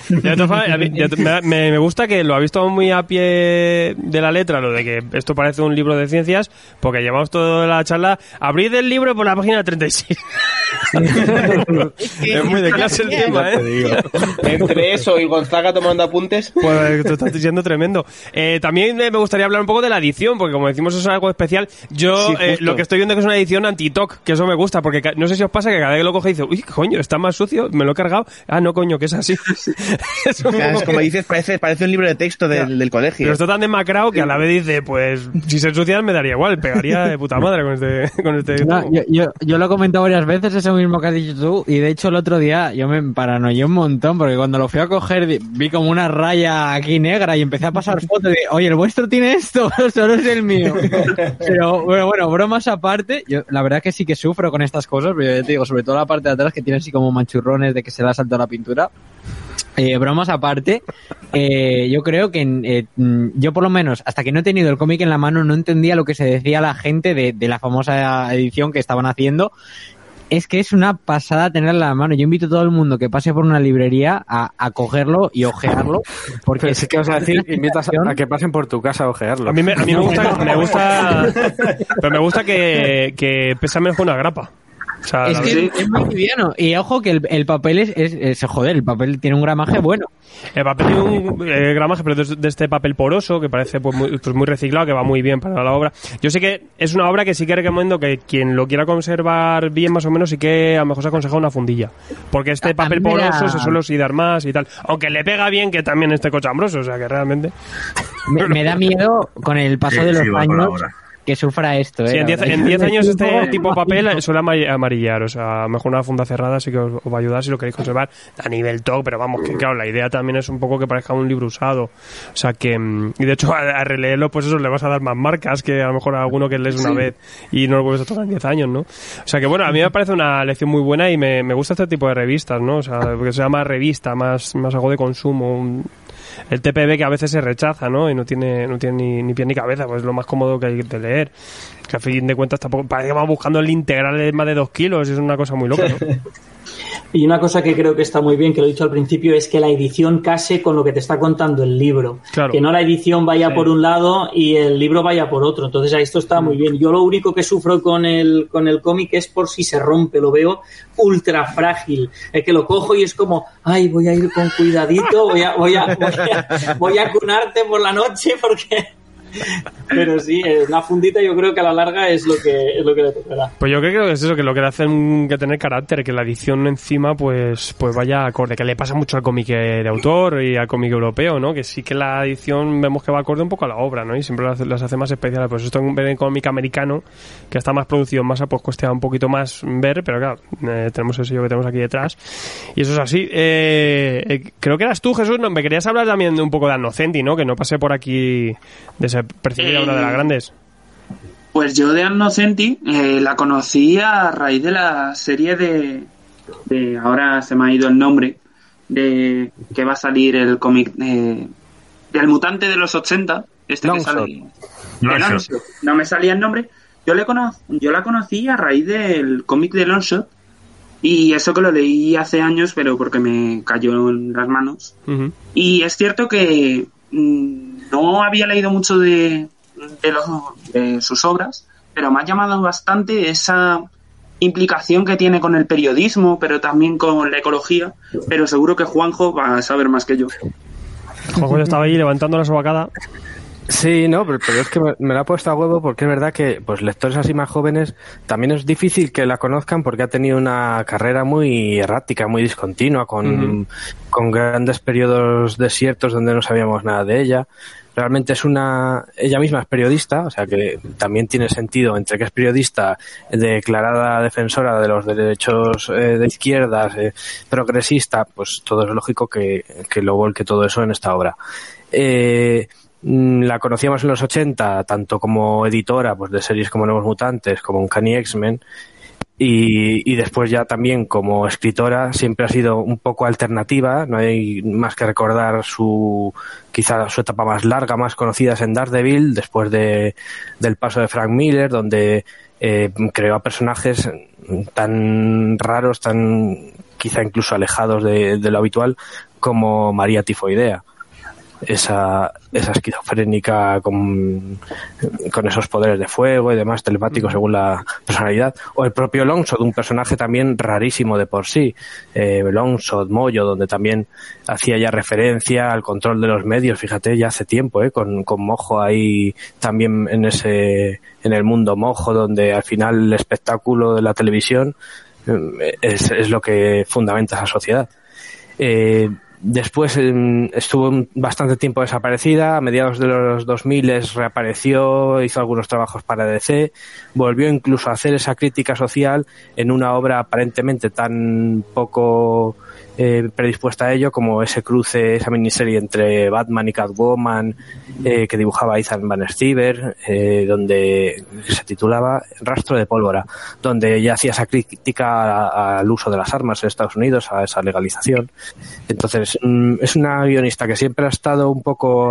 me gusta que lo ha visto muy a pie de la letra, lo de que esto parece un libro de ciencias, porque llevamos toda la charla. Abrid el libro por la página 36. Es muy de clase el tema, ¿eh? Entre eso y Gonzaga tomando apuntes, pues tú estás diciendo tremendo. También me gustaría hablar un poco de la edición, porque como decimos eso es algo especial. Yo lo que estoy viendo es que es una edición anti-toc, que eso me gusta, porque no sé si os pasa que cada vez que lo coge dice, uy, coño, está más sucio, me lo he cargado. Ah, no, coño, que es así. Es como dices, parece un libro de texto del colegio. Pero está tan demacrado que a la vez dice, pues, si se ensucian me daría igual, pegaría de puta madre con este no, yo lo he comentado varias veces, eso mismo que has dicho tú, y de hecho el otro día yo me paranoié un montón, porque cuando lo fui a coger vi como una raya aquí negra y empecé a pasar fotos de, oye, el vuestro tiene esto, solo es el mío. Pero bueno, bromas aparte, yo la verdad que sí que sufro con estas cosas, pero yo te digo, sobre todo la parte de atrás que tiene así como manchurrones de que se le ha saltado la pintura. Bromas aparte, yo creo que yo por lo menos, hasta que no he tenido el cómic en la mano, no entendía lo que se decía la gente de la famosa edición que estaban haciendo. Es que es una pasada tenerla en la mano. Yo invito a todo el mundo que pase por una librería a cogerlo y ojearlo. Porque pero sí que vas a decir, invitas a que pasen por tu casa a ojearlo. A mí me gusta pero me gusta que pesa menos que una grapa. O sea, es que es muy liviano. Y ojo que el papel es joder, el papel tiene un gramaje bueno. El papel tiene un gramaje, pero de este papel poroso, que parece pues muy reciclado, que va muy bien para la obra. Yo sé que es una obra que sí que recomiendo que quien lo quiera conservar bien, más o menos, sí que a lo mejor se aconseja una fundilla. Porque este papel poroso se suele oxidar más y tal. Aunque le pega bien que también esté cochambroso, o sea que realmente... Me da miedo con el paso de los años que sufra esto. Sí, en 10 años este tipo de papel suele amarillar, o sea, a lo mejor una funda cerrada sí que os va a ayudar si lo queréis conservar a nivel TOC, pero vamos, que claro, la idea también es un poco que parezca un libro usado, o sea que, y de hecho a releerlo pues eso le vas a dar más marcas que a lo mejor a alguno que lees una vez y no lo vuelves a tocar en 10 años, ¿no? O sea que bueno, a mí me parece una lección muy buena y me gusta este tipo de revistas, ¿no? O sea, porque se llama revista, más algo de consumo, el TPB que a veces se rechaza, ¿no? Y no tiene ni pie ni cabeza, pues es lo más cómodo que hay de leer. Que a fin de cuentas tampoco parece que vamos buscando el integral de más de 2 kilos, es una cosa muy loca, ¿no? Y una cosa que creo que está muy bien, que lo he dicho al principio, es que la edición case con lo que te está contando el libro. Claro. Que no la edición vaya por un lado y el libro vaya por otro. Entonces esto está muy bien. Yo lo único que sufro con el cómic es por si se rompe. Lo veo ultra frágil. Es que lo cojo y es como, ay, voy a ir con cuidadito, voy a cunarte por la noche porque... Pero sí, una fundita yo creo que a la larga es lo que le tocará. Pues yo creo que es eso, que lo que le hacen que tener carácter, que la edición encima pues vaya acorde, que le pasa mucho al cómic de autor y al cómic europeo, ¿no? Que sí que la edición vemos que va acorde un poco a la obra, ¿no? Y siempre las hace más especiales. Pues esto en vez de cómic americano, que está más producido en masa, pues cuesta un poquito más ver, pero claro, tenemos el sello que tenemos aquí detrás. Y eso es así. Creo que eras tú, Jesús, ¿no? Me querías hablar también de un poco de Annocenti, ¿no? Que no pasé por aquí percibida una de las grandes. Pues yo de Annocenti la conocí a raíz de la serie de ahora se me ha ido el nombre, de que va a salir el cómic del mutante de los 80, este que sale Longshot. No me salía el nombre. Yo la conocí a raíz del cómic de Longshot, y eso que lo leí hace años, pero porque me cayó en las manos. Uh-huh. Y es cierto que no había leído mucho de sus obras, pero me ha llamado bastante esa implicación que tiene con el periodismo, pero también con la ecología, pero seguro que Juanjo va a saber más que yo. Juanjo estaba ahí levantando la sobacada. Sí, no, pero es que me la ha puesto a huevo, porque es verdad que pues lectores así más jóvenes también es difícil que la conozcan, porque ha tenido una carrera muy errática, muy discontinua, con grandes periodos desiertos donde no sabíamos nada de ella. Realmente ella misma es periodista, o sea que también tiene sentido entre que es periodista, declarada defensora de los derechos de izquierdas, progresista, pues todo es lógico que lo volque todo eso en esta obra. La conocíamos en los 80, tanto como editora pues de series como Nuevos Mutantes, como Uncanny X-Men, y después ya también como escritora siempre ha sido un poco alternativa. No hay más que recordar quizá su etapa más larga, más conocida es en Daredevil, después del paso de Frank Miller, donde creó a personajes tan raros, tan quizá incluso alejados de lo habitual, como María Tifoidea. Esa esquizofrénica con esos poderes de fuego y demás, telepáticos según la personalidad, o el propio Longshot, un personaje también rarísimo de por sí, Longshot, Moyo, donde también hacía ya referencia al control de los medios, fíjate, ya hace tiempo, con Mojo ahí también en el mundo Mojo, donde al final el espectáculo de la televisión es lo que fundamenta esa sociedad. Después estuvo bastante tiempo desaparecida, a mediados de los 2000 reapareció, hizo algunos trabajos para DC, volvió incluso a hacer esa crítica social en una obra aparentemente tan poco predispuesta a ello como ese cruce, esa miniserie entre Batman y Catwoman que dibujaba Ethan Van Sciver, donde se titulaba Rastro de pólvora, donde ella hacía esa crítica al uso de las armas en Estados Unidos, a esa legalización. Entonces es una guionista que siempre ha estado un poco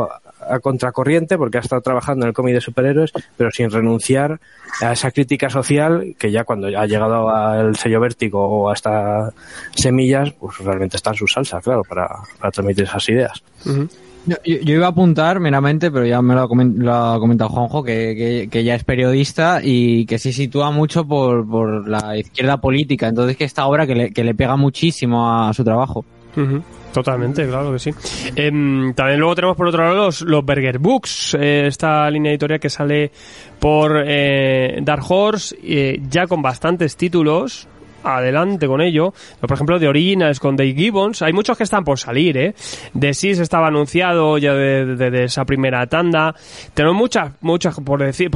a contracorriente porque ha estado trabajando en el cómic de superhéroes, pero sin renunciar a esa crítica social que ya cuando ha llegado al sello Vértigo o hasta Semillas, pues realmente está en su salsa, claro, para transmitir esas ideas. Uh-huh. Yo iba a apuntar meramente, pero ya me lo ha comentado Juanjo, que ya es periodista y que se sitúa mucho por la izquierda política, entonces que esta obra que le pega muchísimo a su trabajo. Uh-huh. Totalmente, claro que sí. También luego tenemos por otro lado los Berger Books, esta línea editorial que sale por Dark Horse, ya con bastantes títulos. Adelante con ello. Por ejemplo, de Originals con Dave Gibbons. Hay muchos que están por salir, The Seas estaba anunciado ya de esa primera tanda. Tenemos muchas por decir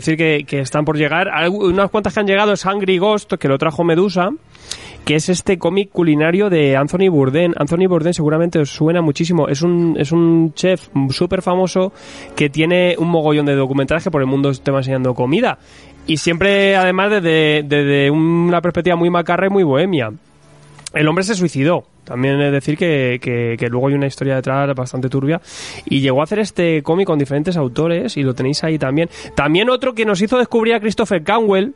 que están por llegar. Unas cuantas que han llegado es Hungry Ghost, que lo trajo Medusa, que es este cómic culinario de Anthony Bourdain. Anthony Bourdain seguramente os suena muchísimo. Es un chef súper famoso que tiene un mogollón de documentales por el mundo te va enseñando comida. Y siempre, además, desde una perspectiva muy macarra y muy bohemia. El hombre se suicidó. También es decir que luego hay una historia detrás bastante turbia. Y llegó a hacer este cómic con diferentes autores y lo tenéis ahí también. También otro que nos hizo descubrir a Christopher Canwell.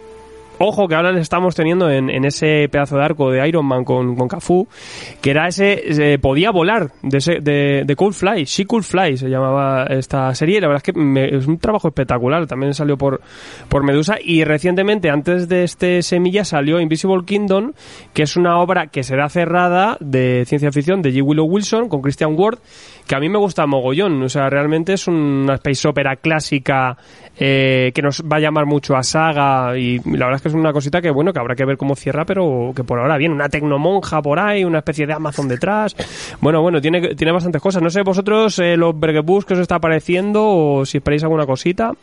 Ojo, que ahora le estamos teniendo en ese pedazo de arco de Iron Man con Cafú, que era podía volar, de Could Fly, She Could Fly se llamaba esta serie. La verdad es que es un trabajo espectacular, también salió por Medusa, y recientemente, antes de este Semilla, salió Invisible Kingdom, que es una obra que será cerrada de ciencia ficción de G. Willow Wilson con Christian Ward, que a mí me gusta mogollón. O sea, realmente es una space opera clásica que nos va a llamar mucho a saga, y la verdad es que es una cosita que habrá que ver cómo cierra, pero que por ahora bien. Una tecnomonja por ahí, una especie de Amazon detrás. Bueno, tiene bastantes cosas. No sé vosotros los Bergebus que os está pareciendo, o si esperáis alguna cosita.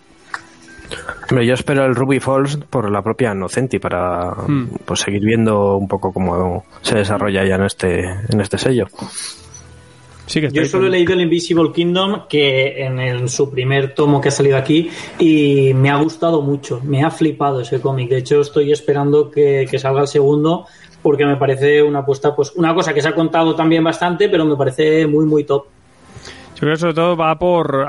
Yo espero el Ruby Falls por la propia Nocenti para pues seguir viendo un poco cómo se desarrolla ya en este sello. Sí, yo solo he leído el Invisible Kingdom, que en su primer tomo que ha salido aquí, y me ha gustado mucho, me ha flipado ese cómic. De hecho, estoy esperando que salga el segundo, porque me parece una apuesta, pues una cosa que se ha contado también bastante, pero me parece muy, muy top. Yo creo que sobre todo va por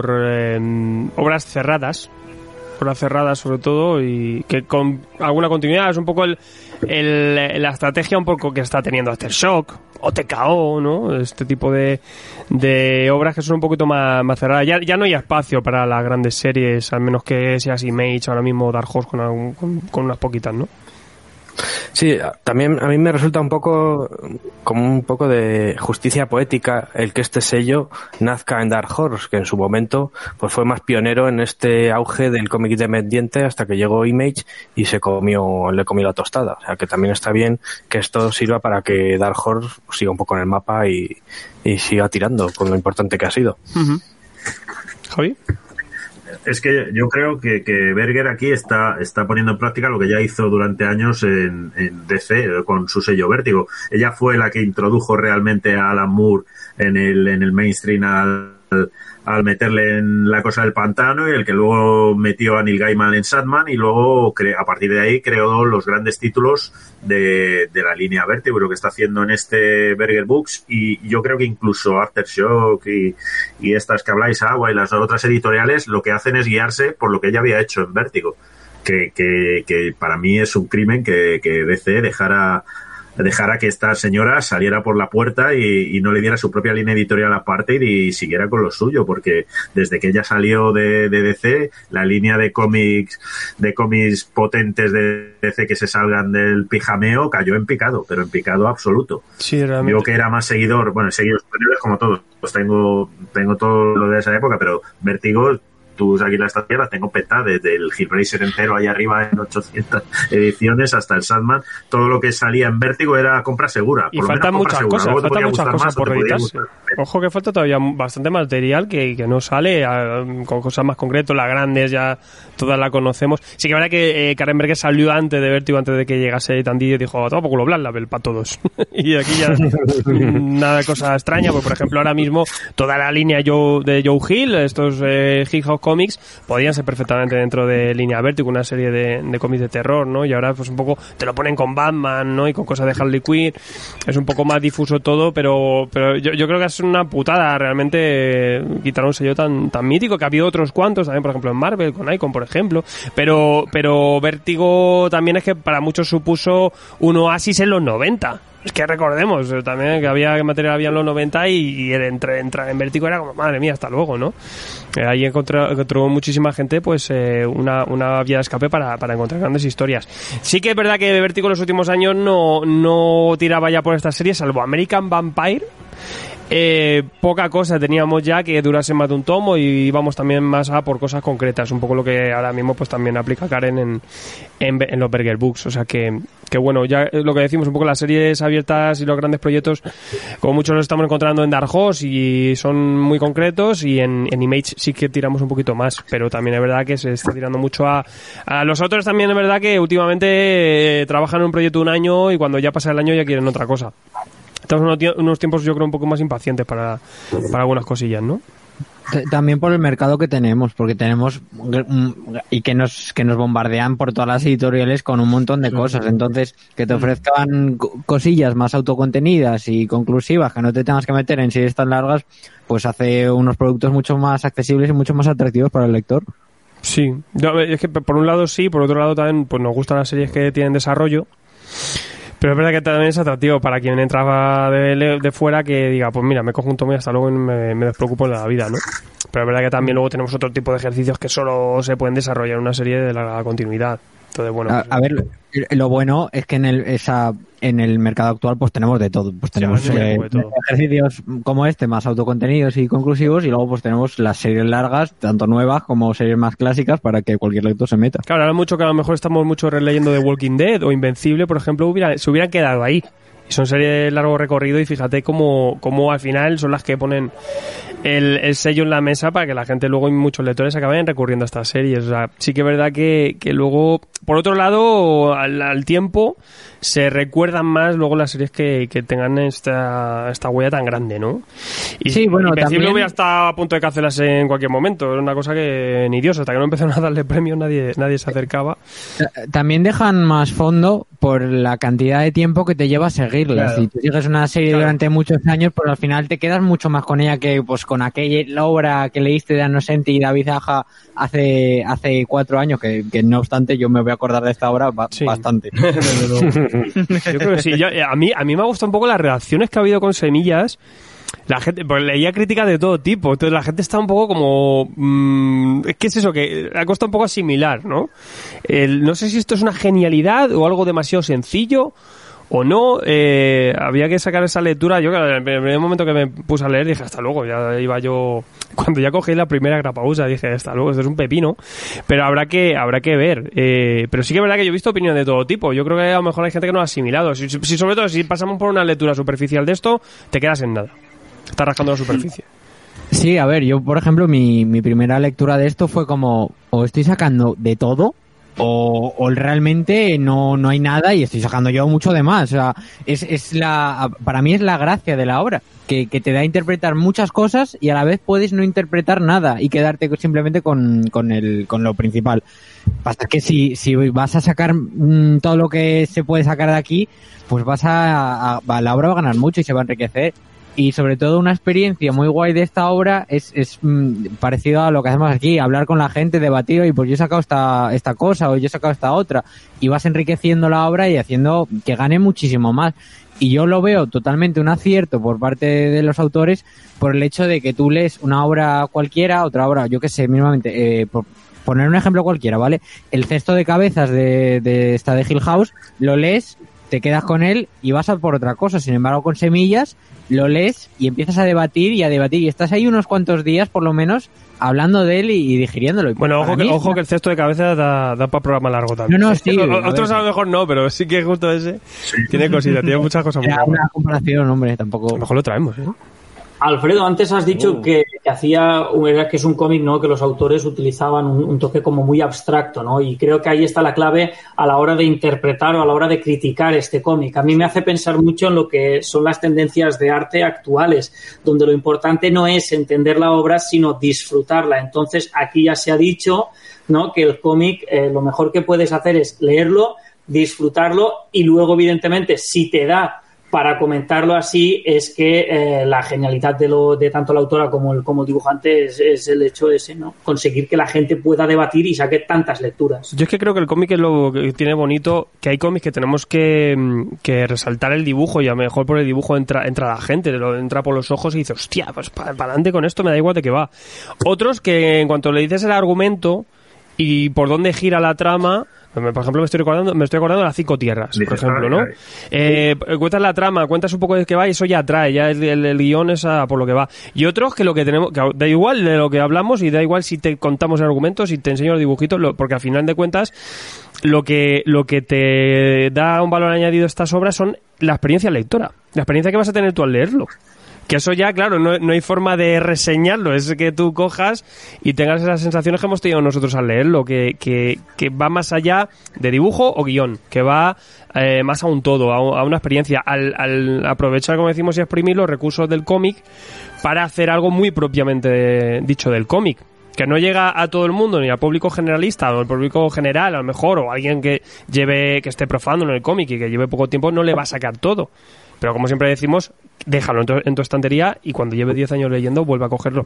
obras cerradas. Obras cerradas sobre todo, y que con alguna continuidad. Es un poco la estrategia un poco que está teniendo Aftershock o TKO, ¿no? Este tipo de obras que son un poquito más cerradas. Ya no hay espacio para las grandes series, al menos que seas Image, ahora mismo Dark Horse con unas poquitas, ¿no? Sí, también a mí me resulta un poco como un poco de justicia poética el que este sello nazca en Dark Horse, que en su momento pues fue más pionero en este auge del cómic independiente hasta que llegó Image y le comió la tostada. O sea, que también está bien que esto sirva para que Dark Horse siga un poco en el mapa y siga tirando con lo importante que ha sido. Uh-huh. ¿Javi? Es que yo creo que Berger aquí está poniendo en práctica lo que ya hizo durante años en DC con su sello Vértigo. Ella fue la que introdujo realmente a Alan Moore en el mainstream al meterle en La Cosa del Pantano, y el que luego metió a Neil Gaiman en Sandman, y luego a partir de ahí creó los grandes títulos de la línea Vértigo, lo que está haciendo en este Berger Books. Y yo creo que incluso Aftershock y estas que habláis, Agua, y las otras editoriales, lo que hacen es guiarse por lo que ella había hecho en Vértigo, que para mí es un crimen que DC dejara que esta señora saliera por la puerta y no le diera su propia línea editorial aparte y siguiera con lo suyo, porque desde que ella salió de DC, la línea de cómics potentes de DC que se salgan del pijameo cayó en picado, pero en picado absoluto. Sí, realmente. Yo que era más seguidor, bueno, seguidores como todos, pues tengo todo lo de esa época, pero Vértigo, tú aquí las tierras tengo petada desde el Hellraiser entero ahí arriba en 800 ediciones hasta el Sandman. Todo lo que salía en Vértigo era compra segura. Y faltan muchas cosas, por editarse. Ojo que falta todavía bastante material que no sale con cosas más concretas. Las grandes ya todas la conocemos. Sí que es verdad que Karen Berger salió antes de Vértigo, antes de que llegase Tandillo, y dijo, toma por culo Black Label para todos. Y aquí ya nada de cosa extraña, pues por ejemplo ahora mismo toda la línea de Joe Hill, estos Hill House cómics podían ser perfectamente dentro de Línea Vértigo, una serie de cómics de terror, ¿no? Y ahora pues un poco te lo ponen con Batman, ¿no? Y con cosas de Harley Quinn, es un poco más difuso todo, pero yo creo que es una putada realmente quitar un sello tan mítico, que ha habido otros cuantos también, por ejemplo en Marvel, con Icon, por ejemplo, pero Vértigo también es que para muchos supuso un oasis en los 90. Es que recordemos también que había material había en los 90 y entrar en Vértigo era como, madre mía, hasta luego, ¿no? Ahí encontró muchísima gente pues una vía de escape para encontrar grandes historias. Sí que es verdad que Vértigo en los últimos años no tiraba ya por esta serie, salvo American Vampire. Poca cosa teníamos ya que durase más de un tomo y íbamos también más a por cosas concretas, un poco lo que ahora mismo pues también aplica Karen en los Berger Books, o sea que bueno, ya lo que decimos un poco, las series abiertas y los grandes proyectos como muchos los estamos encontrando en Dark Horse y son muy concretos, y en Image sí que tiramos un poquito más, pero también es verdad que se está tirando mucho a los autores, también es verdad que últimamente trabajan en un proyecto un año y cuando ya pasa el año ya quieren otra cosa. Estamos en unos tiempos, yo creo, un poco más impacientes para algunas cosillas, ¿no? También por el mercado que tenemos, porque tenemos y que nos bombardean por todas las editoriales con un montón de cosas. Entonces, que te ofrezcan cosillas más autocontenidas y conclusivas, que no te tengas que meter en series tan largas, pues hace unos productos mucho más accesibles y mucho más atractivos para el lector. Sí, es que por un lado sí, por otro lado también pues nos gustan las series que tienen desarrollo. Pero es verdad que también es atractivo para quien entraba de fuera que diga, pues mira, me cojo un tomo y hasta luego me despreocupo de la vida, ¿no? Pero es verdad que también luego tenemos otro tipo de ejercicios que solo se pueden desarrollar en una serie de larga continuidad. Entonces, bueno, a ver, lo bueno es que en el mercado actual pues tenemos de todo. Pues tenemos ejercicios como este, más autocontenidos y conclusivos, y luego pues tenemos las series largas, tanto nuevas como series más clásicas, para que cualquier lector se meta. Claro, ahora mucho que a lo mejor estamos mucho releyendo de Walking Dead o Invencible, por ejemplo, se hubieran quedado ahí. Y son series de largo recorrido y fíjate cómo al final son las que ponen el sello en la mesa para que la gente luego y muchos lectores acaben recurriendo a estas series. O sea, sí que es verdad que luego, por otro lado, al tiempo se recuerdan más luego las series que tengan esta huella tan grande, ¿no? Y sí, bueno, Invencible también hubiera estado a punto de cancelarse en cualquier momento. Era una cosa que ni Dios, hasta que no empezaron a darle premios nadie se acercaba. También dejan más fondo por la cantidad de tiempo que te lleva a seguirla. Claro. Si tú sigues una serie durante muchos años, pues al final te quedas mucho más con ella que pues con aquella obra que leíste de Anosenti y David Aja hace 4 años, que no obstante yo me voy a acordar de esta obra bastante. Yo creo que sí. A mí me ha gustado un poco las reacciones que ha habido con Semillas. La gente, pues leía críticas de todo tipo, entonces la gente está un poco como es que es eso, que ha costado un poco asimilar, ¿no? No sé si esto es una genialidad o algo demasiado sencillo o no. Había que sacar esa lectura. Yo en el primer momento que me puse a leer dije hasta luego, ya iba yo, cuando ya cogí la primera grapausa dije hasta luego, esto es un pepino, pero habrá que ver. Pero sí que es verdad que yo he visto opiniones de todo tipo. Yo creo que a lo mejor hay gente que no ha asimilado. Si sobre todo si pasamos por una lectura superficial de esto, te quedas en nada. Está rascando la superficie. Sí, a ver, yo por ejemplo mi primera lectura de esto fue como, o estoy sacando de todo o realmente no hay nada y estoy sacando yo mucho de más. O sea, para mí es la gracia de la obra, que te da a interpretar muchas cosas y a la vez puedes no interpretar nada y quedarte simplemente con lo principal. Pasa que si vas a sacar todo lo que se puede sacar de aquí, pues la obra va a ganar mucho y se va a enriquecer. Y sobre todo una experiencia muy guay de esta obra es parecido a lo que hacemos aquí, hablar con la gente, debatir, y pues yo he sacado esta cosa o yo he sacado esta otra, y vas enriqueciendo la obra y haciendo que gane muchísimo más. Y yo lo veo totalmente un acierto por parte de los autores por el hecho de que tú lees una obra cualquiera, otra obra, yo qué sé, mismamente, por poner un ejemplo cualquiera, ¿vale? El cesto de cabezas de esta de Hill House, lo lees, te quedas con él y vas a por otra cosa. Sin embargo, con Semillas lo lees y empiezas a debatir y estás ahí unos cuantos días por lo menos hablando de él y digiriéndolo. Y bueno, ojo que el cesto de cabeza da para programa largo también. No, sí. Otros a lo mejor no, pero sí que justo ese tiene cositas, tiene muchas cosas muy buenas. Una comparación, hombre, tampoco. A lo mejor lo traemos, ¿eh? Alfredo, antes has dicho que es un cómic, ¿no? Que los autores utilizaban un toque como muy abstracto, ¿no? Y creo que ahí está la clave a la hora de interpretar o a la hora de criticar este cómic. A mí me hace pensar mucho en lo que son las tendencias de arte actuales, donde lo importante no es entender la obra, sino disfrutarla. Entonces, aquí ya se ha dicho, ¿no? Que el cómic, lo mejor que puedes hacer es leerlo, disfrutarlo y luego, evidentemente, si te da para comentarlo así, es que la genialidad de tanto la autora como el dibujante es el hecho ese, ¿no? Conseguir que la gente pueda debatir y saque tantas lecturas. Yo es que creo que el cómic es lo que tiene bonito, que hay cómics que tenemos que resaltar el dibujo, y a lo mejor por el dibujo entra la gente, entra por los ojos y dice, hostia, pues para adelante con esto, me da igual de qué va. Otros que en cuanto le dices el argumento y por dónde gira la trama, por ejemplo, me estoy acordando de las 5 tierras, por ejemplo, ¿no? Cuentas la trama, cuentas un poco de qué va y eso ya atrae, ya el guión es por lo que va. Y otros que lo que tenemos, que da igual de lo que hablamos y da igual si te contamos el argumento, si te enseño los dibujitos, porque al final de cuentas lo que te da un valor añadido a estas obras son la experiencia lectora, la experiencia que vas a tener tú al leerlo. Que eso ya, claro, no hay forma de reseñarlo, es que tú cojas y tengas esas sensaciones que hemos tenido nosotros al leerlo, que va más allá de dibujo o guión, que va más a un todo, a una experiencia, al aprovechar, como decimos, y exprimir los recursos del cómic para hacer algo muy propiamente dicho del cómic, que no llega a todo el mundo, ni al público generalista o al público general, a lo mejor, o alguien que esté profando en el cómic y que lleve poco tiempo, no le va a sacar todo. Pero como siempre decimos, déjalo en tu estantería y cuando lleve 10 años leyendo, vuelve a cogerlo.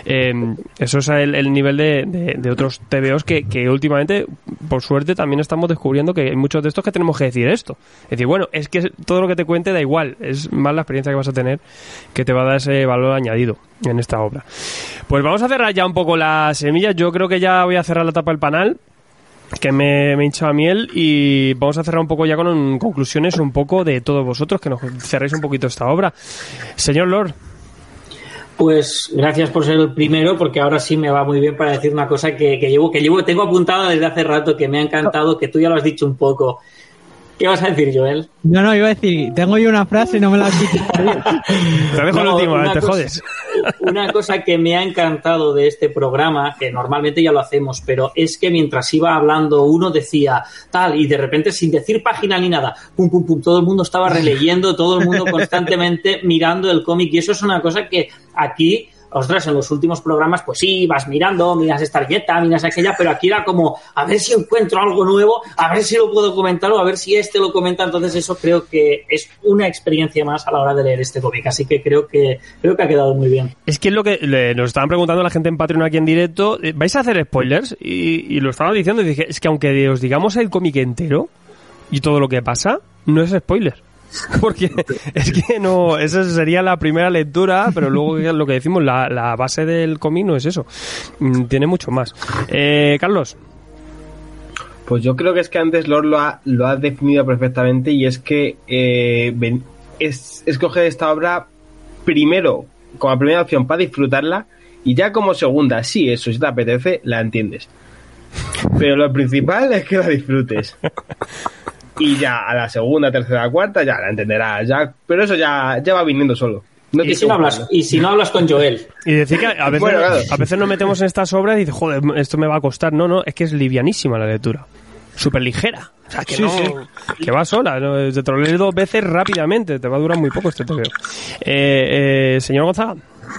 Eso es el nivel de otros TVOs que últimamente, por suerte, también estamos descubriendo que hay muchos de estos que tenemos que decir esto. Es decir, bueno, es que todo lo que te cuente da igual, es más la experiencia que vas a tener que te va a dar ese valor añadido en esta obra. Pues vamos a cerrar ya un poco las semillas. Yo creo que ya voy a cerrar la tapa del panel, que me hincha a miel, y vamos a cerrar un poco ya con conclusiones un poco de todos vosotros, que nos cerréis un poquito esta obra. Señor Lord. Pues gracias por ser el primero, porque ahora sí me va muy bien para decir una cosa que tengo apuntada desde hace rato, que me ha encantado, que tú ya lo has dicho un poco. ¿Qué vas a decir, Joel? No, iba a decir, tengo yo una frase y no me la has dicho. Te dejo el último, te jodes. Una cosa que me ha encantado de este programa, que normalmente ya lo hacemos, pero es que mientras iba hablando uno decía tal, y de repente sin decir página ni nada, pum, pum, pum, todo el mundo estaba releyendo, todo el mundo constantemente mirando el cómic, y eso es una cosa que aquí... Ostras, en los últimos programas, pues sí, vas mirando, miras esta viñeta, miras aquella, pero aquí era como, a ver si encuentro algo nuevo, a ver si lo puedo comentar o a ver si lo comenta. Entonces eso creo que es una experiencia más a la hora de leer este cómic, así que creo que ha quedado muy bien. Es que es lo que nos estaban preguntando la gente en Patreon aquí en directo, ¿vais a hacer spoilers? Y lo estaban diciendo y dije, es que aunque os digamos el cómic entero y todo lo que pasa, no es spoiler. Porque es que no, esa sería la primera lectura, pero luego lo que decimos, la base del cómic no es eso, tiene mucho más. Carlos. Pues yo creo que es que antes Lord lo ha definido perfectamente, y es que escoger esta obra primero como primera opción para disfrutarla, y ya como segunda, sí, eso, si te apetece, la entiendes. Pero lo principal es que la disfrutes. Y ya a la segunda, tercera, cuarta ya la entenderás, ya, pero eso ya va viniendo solo. No y si no hablas con Joel. Y decir que a veces nos metemos en estas obras y dices, joder, esto me va a costar. No, es que es livianísima la lectura. Súper ligera. O sea, que sí, que va sola. ¿no? Te lo lees 2 veces rápidamente. Te va a durar muy poco este TVO. Señor Gonzaga.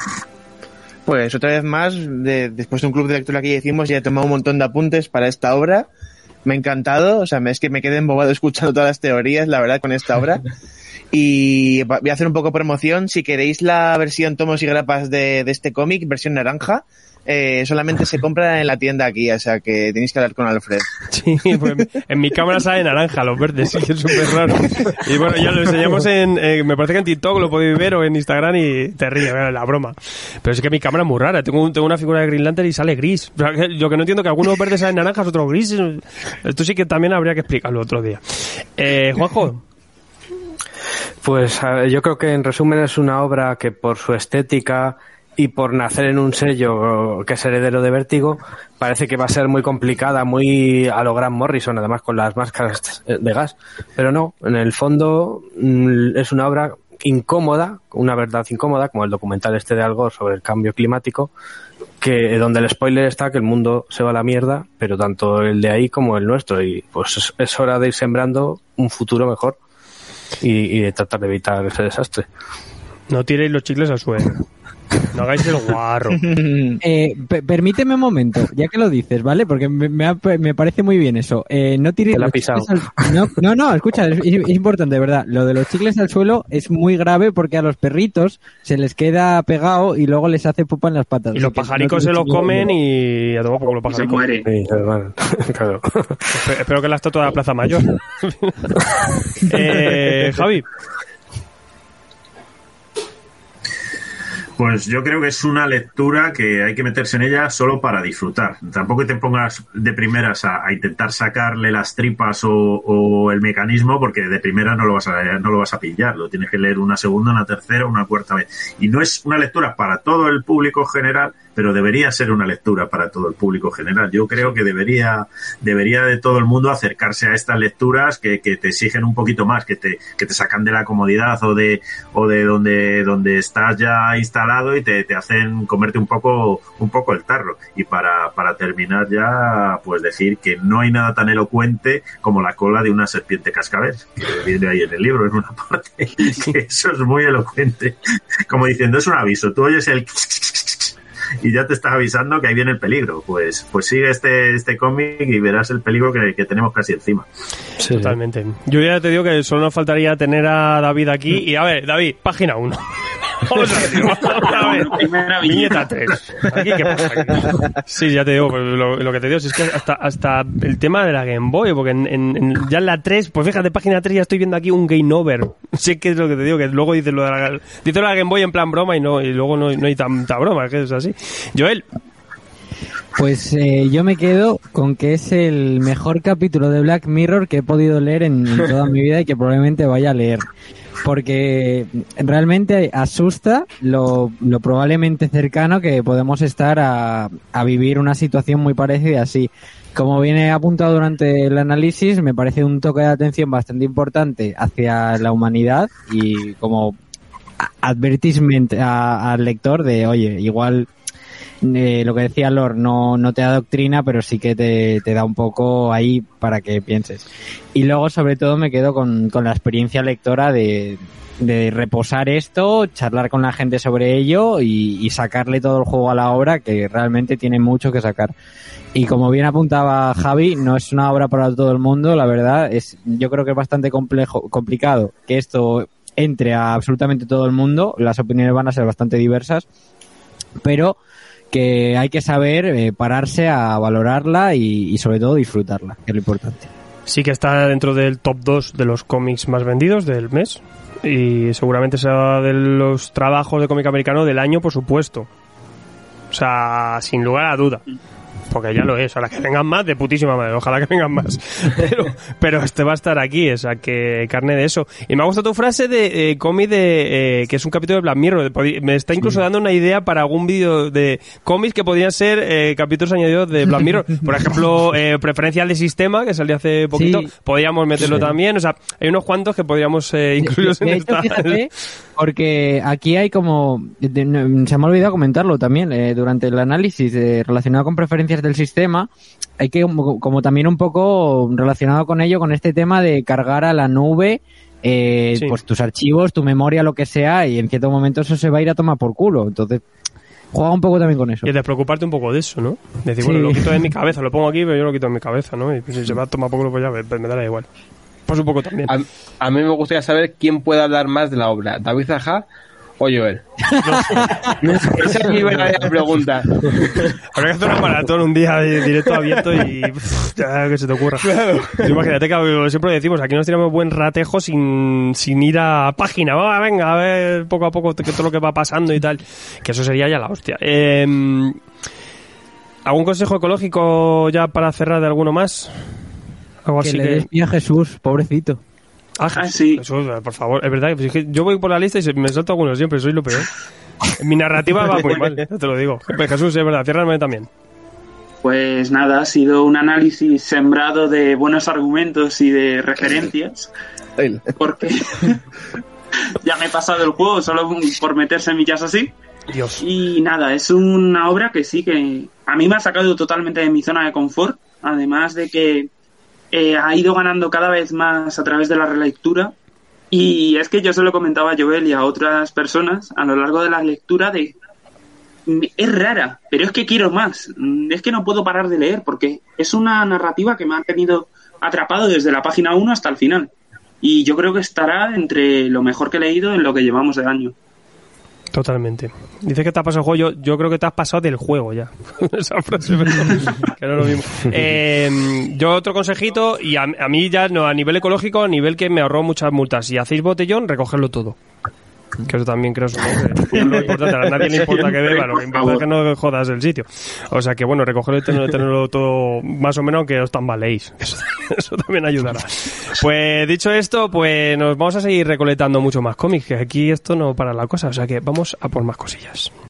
Pues otra vez más, después de un club de lectura que ya hicimos, ya he tomado un montón de apuntes para esta obra. Me ha encantado, o sea, es que me quedé embobado escuchando todas las teorías, la verdad, con esta obra. Y voy a hacer un poco de promoción. Si queréis la versión tomos y grapas de este cómic, versión naranja, solamente se compra en la tienda aquí, o sea que tenéis que hablar con Alfred. Sí, pues en mi cámara sale naranja, los verdes, sí, que es súper raro. Y bueno, ya lo enseñamos me parece que en TikTok lo podéis ver, o en Instagram, y te ríes, la broma. Pero es que mi cámara es muy rara, tengo una figura de Green Lantern y sale gris. Lo que no entiendo, que algunos verdes salen naranjas, otros grises. Esto sí que también habría que explicarlo otro día. Juanjo. Pues yo creo que en resumen es una obra que por su estética y por nacer en un sello que es heredero de Vértigo, parece que va a ser muy complicada, muy a lo Grant Morrison, además con las máscaras de gas. Pero no, en el fondo es una obra incómoda, una verdad incómoda, como el documental este de Al Gore sobre el cambio climático, que donde el spoiler está que el mundo se va a la mierda, pero tanto el de ahí como el nuestro, y pues es hora de ir sembrando un futuro mejor y de tratar de evitar ese desastre. No tiréis los chicles al suelo. No hagáis el guarro. Permíteme un momento, ya que lo dices, ¿vale? Porque me parece muy bien eso. No tiréis los chicles no, escucha, es importante, de verdad. Lo de los chicles al suelo es muy grave porque a los perritos se les queda pegado y luego les hace pupa en las patas. Y los pajaricos se lo comen y a tomar poco los pajaricos. Se muere. Sí, claro. Espero que la estatua de la Plaza Mayor. Javi. Pues yo creo que es una lectura que hay que meterse en ella solo para disfrutar. Tampoco te pongas de primeras a intentar sacarle las tripas o el mecanismo, porque de primera no lo vas a pillar. Lo tienes que leer una segunda, una tercera, una cuarta vez. Y no es una lectura para todo el público general, pero debería ser una lectura para todo el público general. Yo creo que debería de todo el mundo acercarse a estas lecturas que te exigen un poquito más, que te sacan de la comodidad o de donde estás ya instalado y te hacen comerte un poco el tarro. Y para terminar ya, pues decir que no hay nada tan elocuente como la cola de una serpiente cascabel, que viene ahí en el libro, en una parte, que eso es muy elocuente. Como diciendo, es un aviso, tú oyes el y ya te estás avisando que ahí viene el peligro. Pues sigue este cómic y verás el peligro que tenemos casi encima. Sí, totalmente. Yo ya te digo que solo nos faltaría tener a David aquí. Y a ver, David, página 1. Vamos a ver. Primera viñeta 3. ¿Aquí qué pasa? Aquí? Sí, ya te digo, pues lo que te digo es que hasta el tema de la Game Boy, porque ya en la 3, pues fíjate, página 3 ya estoy viendo aquí un game over. Sé que es lo que te digo, que luego dices lo de la Game Boy en plan broma y luego no hay tanta broma, que es así. Joel. Pues yo me quedo con que es el mejor capítulo de Black Mirror que he podido leer en toda mi vida y que probablemente vaya a leer. Porque realmente asusta lo probablemente cercano que podemos estar a vivir una situación muy parecida así. Como viene apuntado durante el análisis, me parece un toque de atención bastante importante hacia la humanidad y como advertisement al lector de, oye, igual lo que decía Lord no te da doctrina, pero sí que te da un poco ahí para que pienses. Y luego, sobre todo, me quedo con la experiencia lectora de reposar esto, charlar con la gente sobre ello y sacarle todo el juego a la obra, que realmente tiene mucho que sacar. Y como bien apuntaba Javi, no es una obra para todo el mundo, la verdad. Yo creo que es bastante complicado que esto entre a absolutamente todo el mundo. Las opiniones van a ser bastante diversas, pero que hay que saber pararse a valorarla y sobre todo disfrutarla, que es lo importante. Sí que está dentro del top 2 de los cómics más vendidos del mes y seguramente será de los trabajos de cómic americano del año, por supuesto. O sea, sin lugar a duda. Porque ya lo es, ahora que vengan más, de putísima madre, ojalá que vengan más. Pero este va a estar aquí, o sea, que carne de eso. Y me ha gustado tu frase de cómic que es un capítulo de Black Mirror. Me está incluso dando una idea para algún vídeo de cómics que podrían ser capítulos añadidos de Black Mirror. Por ejemplo, Preferencial de Sistema, que salió hace poquito, podríamos meterlo también. O sea, hay unos cuantos que podríamos incluirlos en esta. Fíjate, porque aquí hay como... se me ha olvidado comentarlo también, durante el análisis relacionado con preferencias del sistema, hay que como también un poco relacionado con ello, con este tema de cargar a la nube pues tus archivos, tu memoria, lo que sea, y en cierto momento eso se va a ir a tomar por culo. Entonces juega un poco también con eso. Y despreocuparte un poco de eso, ¿no? Decir, bueno, lo quito de mi cabeza, lo pongo aquí, pero yo lo quito de mi cabeza, ¿no? Y pues, si se va a tomar por culo, pues ya me dará igual. Pues un poco también. A mí me gustaría saber quién puede hablar más de la obra, David Zajá o Joel. Esa es mi verdadera pregunta. Habrá que hacer una maratón un día directo abierto y ya que se te ocurra. Claro. Imagínate que siempre decimos, aquí nos tiramos buen ratejo sin ir a página. Venga, a ver poco a poco todo lo que va pasando y tal. Que eso sería ya la hostia. ¿Algún consejo ecológico ya para cerrar de alguno más? Algo que así le des pie a Jesús, pobrecito. Sí. Jesús, por favor, es verdad. Es que yo voy por la lista y me salto algunos siempre, soy lo peor. Mi narrativa va muy mal, te lo digo. Jesús, es verdad, ciérrame también. Pues nada, ha sido un análisis sembrado de buenos argumentos y de referencias. Ya me he pasado el juego solo por meter semillas así. Dios. Y nada, es una obra que sí que a mí me ha sacado totalmente de mi zona de confort, además de que ha ido ganando cada vez más a través de la relectura. Y es que yo se lo comentaba a Joel y a otras personas a lo largo de la lectura de... Es rara, pero es que quiero más. Es que no puedo parar de leer porque es una narrativa que me ha tenido atrapado desde la página 1 hasta el final. Y yo creo que estará entre lo mejor que he leído en lo que llevamos de año. Totalmente. Dice que te has pasado el juego. Yo creo que te has pasado del juego ya. Esa frase, que no es lo mismo. Yo otro consejito, y a mí ya no a nivel ecológico, a nivel que me ahorró muchas multas. Si hacéis botellón, recogerlo todo. Que eso también creo que es lo importante. A nadie le importa que beba, lo que importa es que no jodas el sitio. O sea que bueno, recogerlo y tenerlo todo más o menos, aunque os tambaleéis. Eso también ayudará. Pues dicho esto, pues nos vamos a seguir recolectando mucho más cómics, que aquí esto no para la cosa. O sea que vamos a por más cosillas.